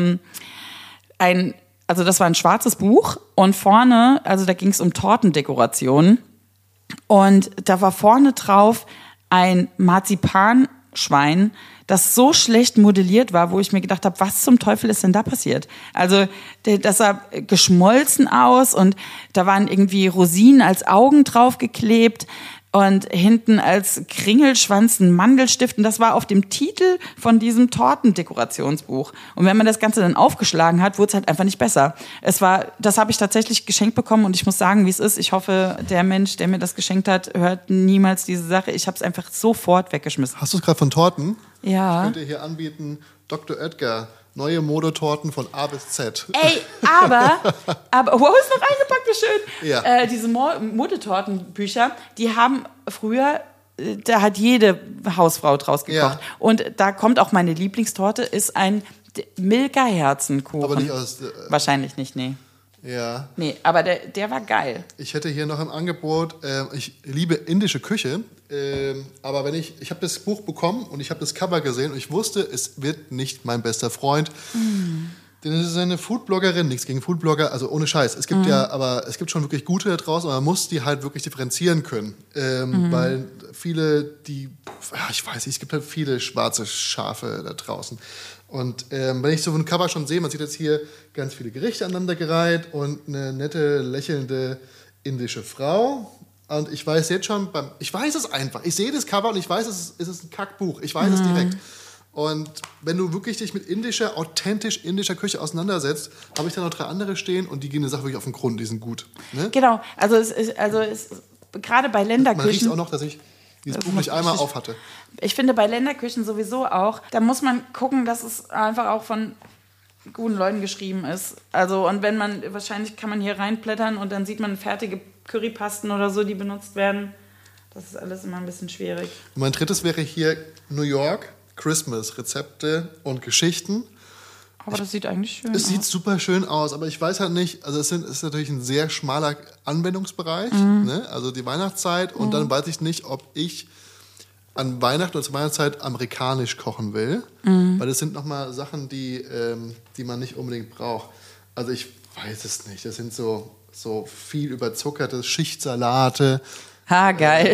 das war ein schwarzes Buch und vorne, also da ging es um Tortendekoration und da war vorne drauf ein Marzipanschwein, das so schlecht modelliert war, wo ich mir gedacht habe, was zum Teufel ist denn da passiert? Also das sah geschmolzen aus und da waren irgendwie Rosinen als Augen draufgeklebt und hinten als Kringelschwanz ein Mandelstift und das war auf dem Titel von diesem Tortendekorationsbuch. Und wenn man das Ganze dann aufgeschlagen hat, wurde es halt einfach nicht besser. Das habe ich tatsächlich geschenkt bekommen und ich muss sagen, wie es ist. Ich hoffe, der Mensch, der mir das geschenkt hat, hört niemals diese Sache. Ich habe es einfach sofort weggeschmissen. Hast du es gerade von Torten? Ja. Ich könnte hier anbieten, Dr. Oetker, neue Modetorten von A bis Z. Ey, aber, wow, ist noch eingepackt, wie schön. Ja. Diese Modetortenbücher, die haben früher, da hat jede Hausfrau draus gekocht. Ja. Und da kommt auch meine Lieblingstorte, ist ein Milka-Herzenkuchen. Aber nicht aus... Wahrscheinlich nicht, nee. Ja. Nee, aber der war geil. Ich hätte hier noch ein Angebot. Ich liebe indische Küche, aber ich habe das Buch bekommen und ich habe das Cover gesehen und ich wusste, es wird nicht mein bester Freund. Das ist eine Foodbloggerin, nichts gegen Foodblogger, also ohne Scheiß. Es gibt aber es gibt schon wirklich gute da draußen, aber man muss die halt wirklich differenzieren können. Weil viele, ich weiß nicht, es gibt halt viele schwarze Schafe da draußen. Und wenn ich so ein Cover schon sehe, man sieht jetzt hier ganz viele Gerichte aneinandergereiht und eine nette, lächelnde indische Frau. Und ich weiß jetzt schon, ich weiß es einfach. Ich sehe das Cover und ich weiß, es ist ein Kackbuch. Ich weiß es direkt. Und wenn du wirklich dich mit authentisch indischer Küche auseinandersetzt, habe ich da noch 3 andere stehen und die gehen der Sache wirklich auf den Grund, die sind gut. Ne? Genau, also es ist gerade bei Länderküchen. Man riecht auch noch, dass ich dieses Buch nicht einmal auf hatte. Ich finde bei Länderküchen sowieso auch, da muss man gucken, dass es einfach auch von guten Leuten geschrieben ist. Also und wahrscheinlich kann man hier reinblättern und dann sieht man fertige Currypasten oder so, die benutzt werden. Das ist alles immer ein bisschen schwierig. Und mein drittes wäre hier New York. Christmas, Rezepte und Geschichten. Aber das sieht eigentlich schön aus. Es sieht super schön aus, aber ich weiß halt nicht, also es ist natürlich ein sehr schmaler Anwendungsbereich, ne? Also die Weihnachtszeit und dann weiß ich nicht, ob ich an Weihnachten oder zur Weihnachtszeit amerikanisch kochen will, weil das sind nochmal Sachen, die man nicht unbedingt braucht. Also ich weiß es nicht, das sind so viel überzuckerte Schichtsalate. Ha, geil.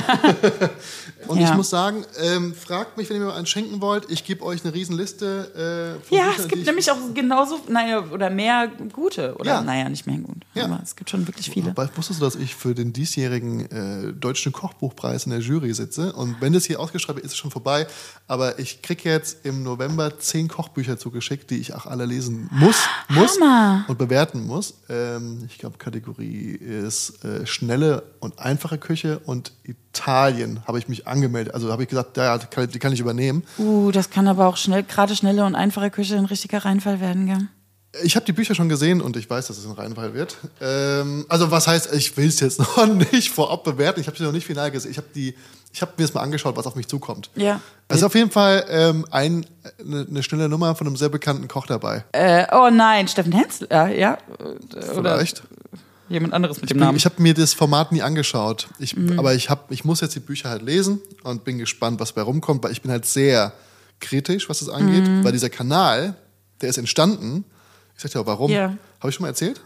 Und ich muss sagen, fragt mich, wenn ihr mir einen schenken wollt. Ich gebe euch eine Riesenliste. Ja, es gibt nämlich auch genauso, oder mehr gute. Oder, nicht mehr gut. Ja. Aber es gibt schon wirklich viele. Aber wusstest du, dass ich für den diesjährigen Deutschen Kochbuchpreis in der Jury sitze? Und wenn das hier ausgeschrieben ist, ist es schon vorbei. Aber ich kriege jetzt im November 10 Kochbücher zugeschickt, die ich auch alle lesen muss und bewerten muss. Ich glaube, Kategorie ist schnelle und einfache Küche und Italien habe ich mich angemeldet. Also habe ich gesagt, ja, die kann ich übernehmen. Das kann aber auch gerade schnelle und einfache Küche ein richtiger Reinfall werden, gell? Ich habe die Bücher schon gesehen und ich weiß, dass es ein Reinfall wird. Also was heißt, ich will es jetzt noch nicht vorab bewerten. Ich habe sie noch nicht final gesehen. Ich habe mir das mal angeschaut, was auf mich zukommt. Ja. Es ist auf jeden Fall eine schnelle Nummer von einem sehr bekannten Koch dabei. Oh nein, Steffen Hensel, ja. Vielleicht. Jemand anderes mit dem Namen. Ich habe mir das Format nie angeschaut. Aber ich muss jetzt die Bücher halt lesen und bin gespannt, was bei rumkommt, weil ich bin halt sehr kritisch, was das angeht, weil dieser Kanal, der ist entstanden. Ich sag dir auch warum. Ja. Habe ich schon mal erzählt?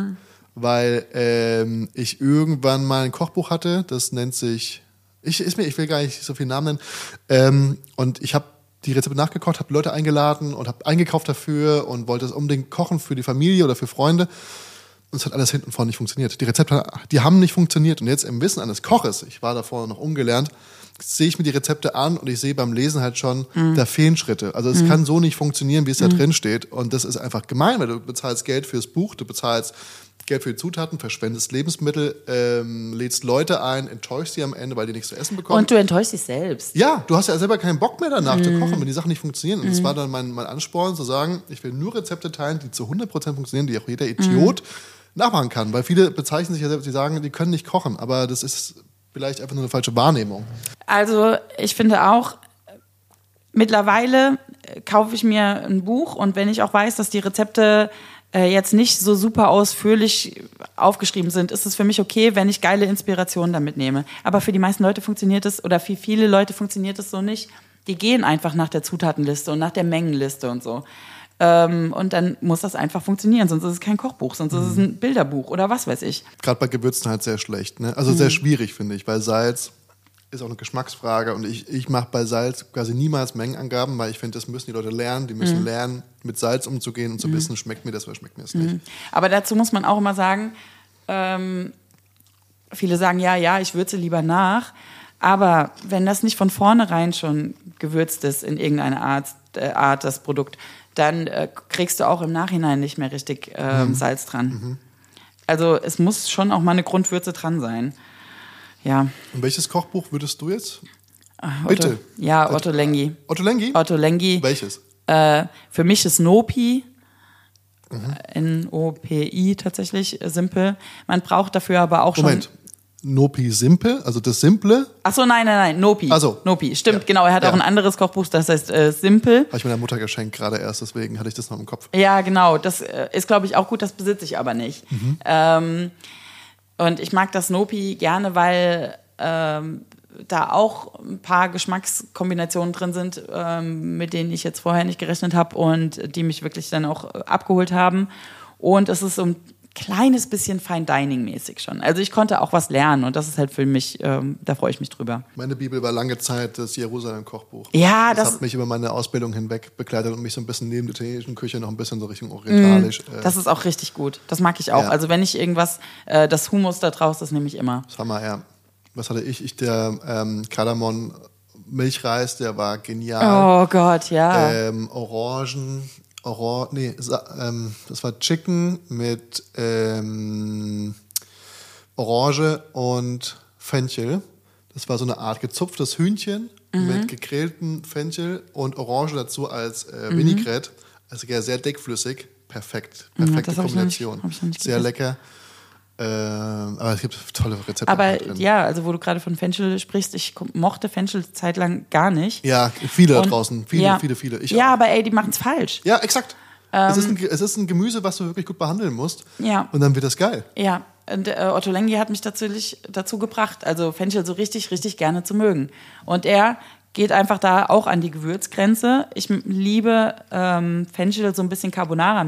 Weil ich irgendwann mal ein Kochbuch hatte, das nennt sich, ich will gar nicht so viele Namen nennen, und ich habe die Rezepte nachgekocht, habe Leute eingeladen und habe eingekauft dafür und wollte es unbedingt kochen für die Familie oder für Freunde. Und es hat alles hinten vorne nicht funktioniert. Die Rezepte, die haben nicht funktioniert. Und jetzt im Wissen eines Koches, ich war davor noch ungelernt, sehe ich mir die Rezepte an und ich sehe beim Lesen halt schon, da fehlen Schritte. Also es kann so nicht funktionieren, wie es da drin steht. Und das ist einfach gemein, weil du bezahlst Geld fürs Buch, du bezahlst Geld für die Zutaten, verschwendest Lebensmittel, lädst Leute ein, enttäuschst sie am Ende, weil die nichts zu essen bekommen. Und du enttäuschst dich selbst. Ja, du hast ja selber keinen Bock mehr danach zu kochen, wenn die Sachen nicht funktionieren. Und das war dann mein Ansporn, zu sagen, ich will nur Rezepte teilen, die zu 100% funktionieren, die auch jeder Idiot nachmachen kann. Weil viele bezeichnen sich ja selbst, die sagen, die können nicht kochen. Aber das ist vielleicht einfach nur eine falsche Wahrnehmung. Also ich finde auch, mittlerweile kaufe ich mir ein Buch und wenn ich auch weiß, dass die Rezepte jetzt nicht so super ausführlich aufgeschrieben sind, ist es für mich okay, wenn ich geile Inspirationen damit nehme. Aber für die meisten Leute funktioniert es, oder für viele Leute funktioniert es so nicht. Die gehen einfach nach der Zutatenliste und nach der Mengenliste und so. Und dann muss das einfach funktionieren, sonst ist es kein Kochbuch, sonst ist es ein Bilderbuch oder was weiß ich. Gerade bei Gewürzen halt sehr schlecht, ne? Also sehr schwierig, finde ich, weil Salz ist auch eine Geschmacksfrage und ich mache bei Salz quasi niemals Mengenangaben, weil ich finde, das müssen die Leute lernen. Die müssen lernen, mit Salz umzugehen und zu wissen, schmeckt mir das oder schmeckt mir das nicht. Aber dazu muss man auch immer sagen, viele sagen, ja, ich würze lieber nach, aber wenn das nicht von vornherein schon gewürzt ist in irgendeiner Art das Produkt, dann kriegst du auch im Nachhinein nicht mehr richtig Salz dran. Also es muss schon auch mal eine Grundwürze dran sein. Ja. Und welches Kochbuch würdest du jetzt? Bitte. Ja, Otto Lengi. Otto Lengi? Otto Lengi. Welches? Für mich ist Nopi. N-O-P-I tatsächlich, simpel. Man braucht dafür aber auch schon... Moment. Nopi Simple, also das Simple? Ach so, nein, Nopi. Also Nopi, stimmt, ja. genau. Er hat auch ein anderes Kochbuch, das heißt Simple. Habe ich meiner Mutter geschenkt gerade erst, deswegen hatte ich das noch im Kopf. Ja, genau. Das ist, glaube ich, auch gut, das besitze ich aber nicht. Und ich mag das Nopi gerne, weil da auch ein paar Geschmackskombinationen drin sind, mit denen ich jetzt vorher nicht gerechnet habe und die mich wirklich dann auch abgeholt haben. Und es ist so ein kleines bisschen Fine-Dining-mäßig schon. Also ich konnte auch was lernen und das ist halt für mich, da freue ich mich drüber. Meine Bibel war lange Zeit das Jerusalem-Kochbuch. Ja, das hat mich über meine Ausbildung hinweg begleitet und mich so ein bisschen neben der italienischen Küche noch ein bisschen so Richtung orientalisch. Das ist auch richtig gut. Das mag ich auch. Ja. Also wenn ich irgendwas, das Hummus da draus, das nehme ich immer. Das Hammer, ja. Was hatte ich? Der Kardamom-Milchreis, der war genial. Oh Gott, ja. Das war Chicken mit Orange und Fenchel. Das war so eine Art gezupftes Hühnchen mit gegrilltem Fenchel und Orange dazu als Vinaigrette. Also sehr dickflüssig. Perfekte Kombination. Hab ich noch nicht sehr gegessen. lecker. Aber es gibt tolle Rezepte Aber drin. ja, also wo du gerade von Fenchel sprichst, ich mochte Fenchel zeitlang gar nicht. Ja, viele da Und- draußen. ja. Viele. Ich Ja, auch. aber ey, die machen's falsch. Ja, exakt. Es ist ein Gemüse, was du wirklich gut behandeln musst. Ja. Und dann wird das geil. Ja, und Otto Lengi hat mich dazu gebracht, also Fenchel so richtig, richtig gerne zu mögen. Und er geht einfach da auch an die Gewürzgrenze. Ich liebe Fenchel so ein bisschen Carbonara.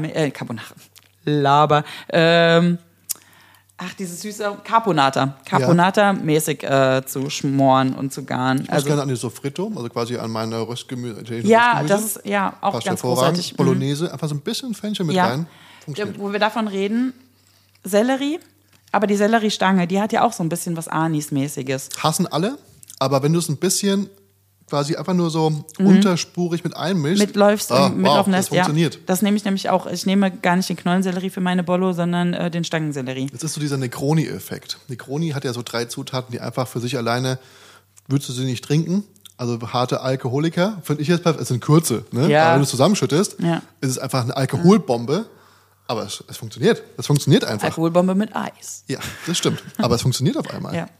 Dieses süße Carponata-mäßig zu schmoren und zu garen. Ich gerne an die Sofrito, also quasi an meine Röstgemüse. Ja, das ist ja auch Passt ganz hervorragend. großartig. Bolognese, einfach so ein bisschen Fenchel mit rein. Funktioniert. Wo wir davon reden, Sellerie, aber die Selleriestange, die hat ja auch so ein bisschen was Anis-mäßiges. Hassen alle, aber wenn du es ein bisschen quasi einfach nur so unterspurig mit einmischst. Mitläufst und mitlaufen das lässt, ja. funktioniert. Das nehme ich nämlich auch. Ich nehme gar nicht den Knollensellerie für meine Bollo, sondern den Stangensellerie. Das ist so dieser Negroni-Effekt. Negroni hat ja so 3 Zutaten, die einfach für sich alleine, würdest du sie nicht trinken. Also harte Alkoholiker, finde ich jetzt perfekt. Es sind kurze, ne? Ja. Aber wenn du es zusammenschüttest, Ja. ist es einfach eine Alkoholbombe. Aber es funktioniert. Es funktioniert einfach. Alkoholbombe mit Eis. Ja, das stimmt. Aber es funktioniert auf einmal. Ja.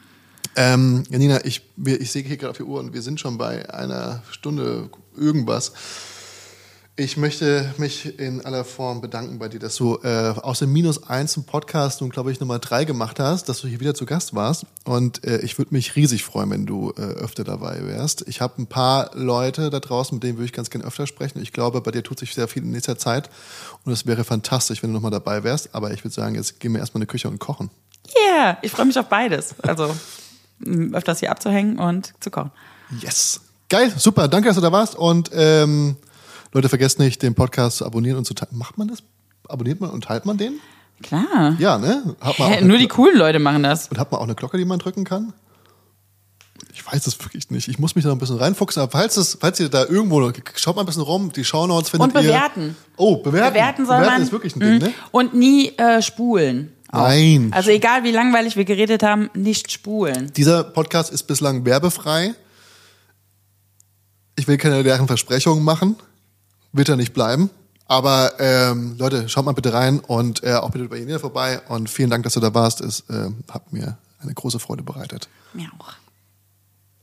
Janina, ich sehe hier gerade auf die Uhr und wir sind schon bei einer Stunde irgendwas. Ich möchte mich in aller Form bedanken bei dir, dass du aus dem -1 zum Podcast nun, glaube ich, Nummer 3 gemacht hast, dass du hier wieder zu Gast warst. Und ich würde mich riesig freuen, wenn du öfter dabei wärst. Ich habe ein paar Leute da draußen, mit denen würde ich ganz gerne öfter sprechen. Ich glaube, bei dir tut sich sehr viel in nächster Zeit. Und es wäre fantastisch, wenn du nochmal dabei wärst. Aber ich würde sagen, jetzt gehen wir erstmal in die Küche und kochen. Yeah, ich freue mich auf beides. Also öfters hier abzuhängen und zu kochen. Yes. Geil, super. Danke, dass du da warst. Und Leute, vergesst nicht, den Podcast zu abonnieren und zu teilen. Macht man das? Abonniert man und teilt man den? Klar. Ja, ne? Hat man auch Nur die coolen Leute machen das. und hat man auch eine Glocke, die man drücken kann? Ich weiß es wirklich nicht. Ich muss mich da ein bisschen reinfuchsen. Aber falls ihr da irgendwo, schaut mal ein bisschen rum, die Shownotes findet Und ihr. bewerten. Oh, bewerten. Bewerten soll man. ist wirklich ein Ding, ne? Und nie spulen. Auch. Nein. Also egal, wie langweilig wir geredet haben, nicht spulen. Dieser Podcast ist bislang werbefrei. Ich will keine leeren Versprechungen machen. Wird er nicht bleiben. Aber Leute, schaut mal bitte rein und auch bitte bei Janina vorbei. Und vielen Dank, dass du da warst. Es hat mir eine große Freude bereitet. Mir auch.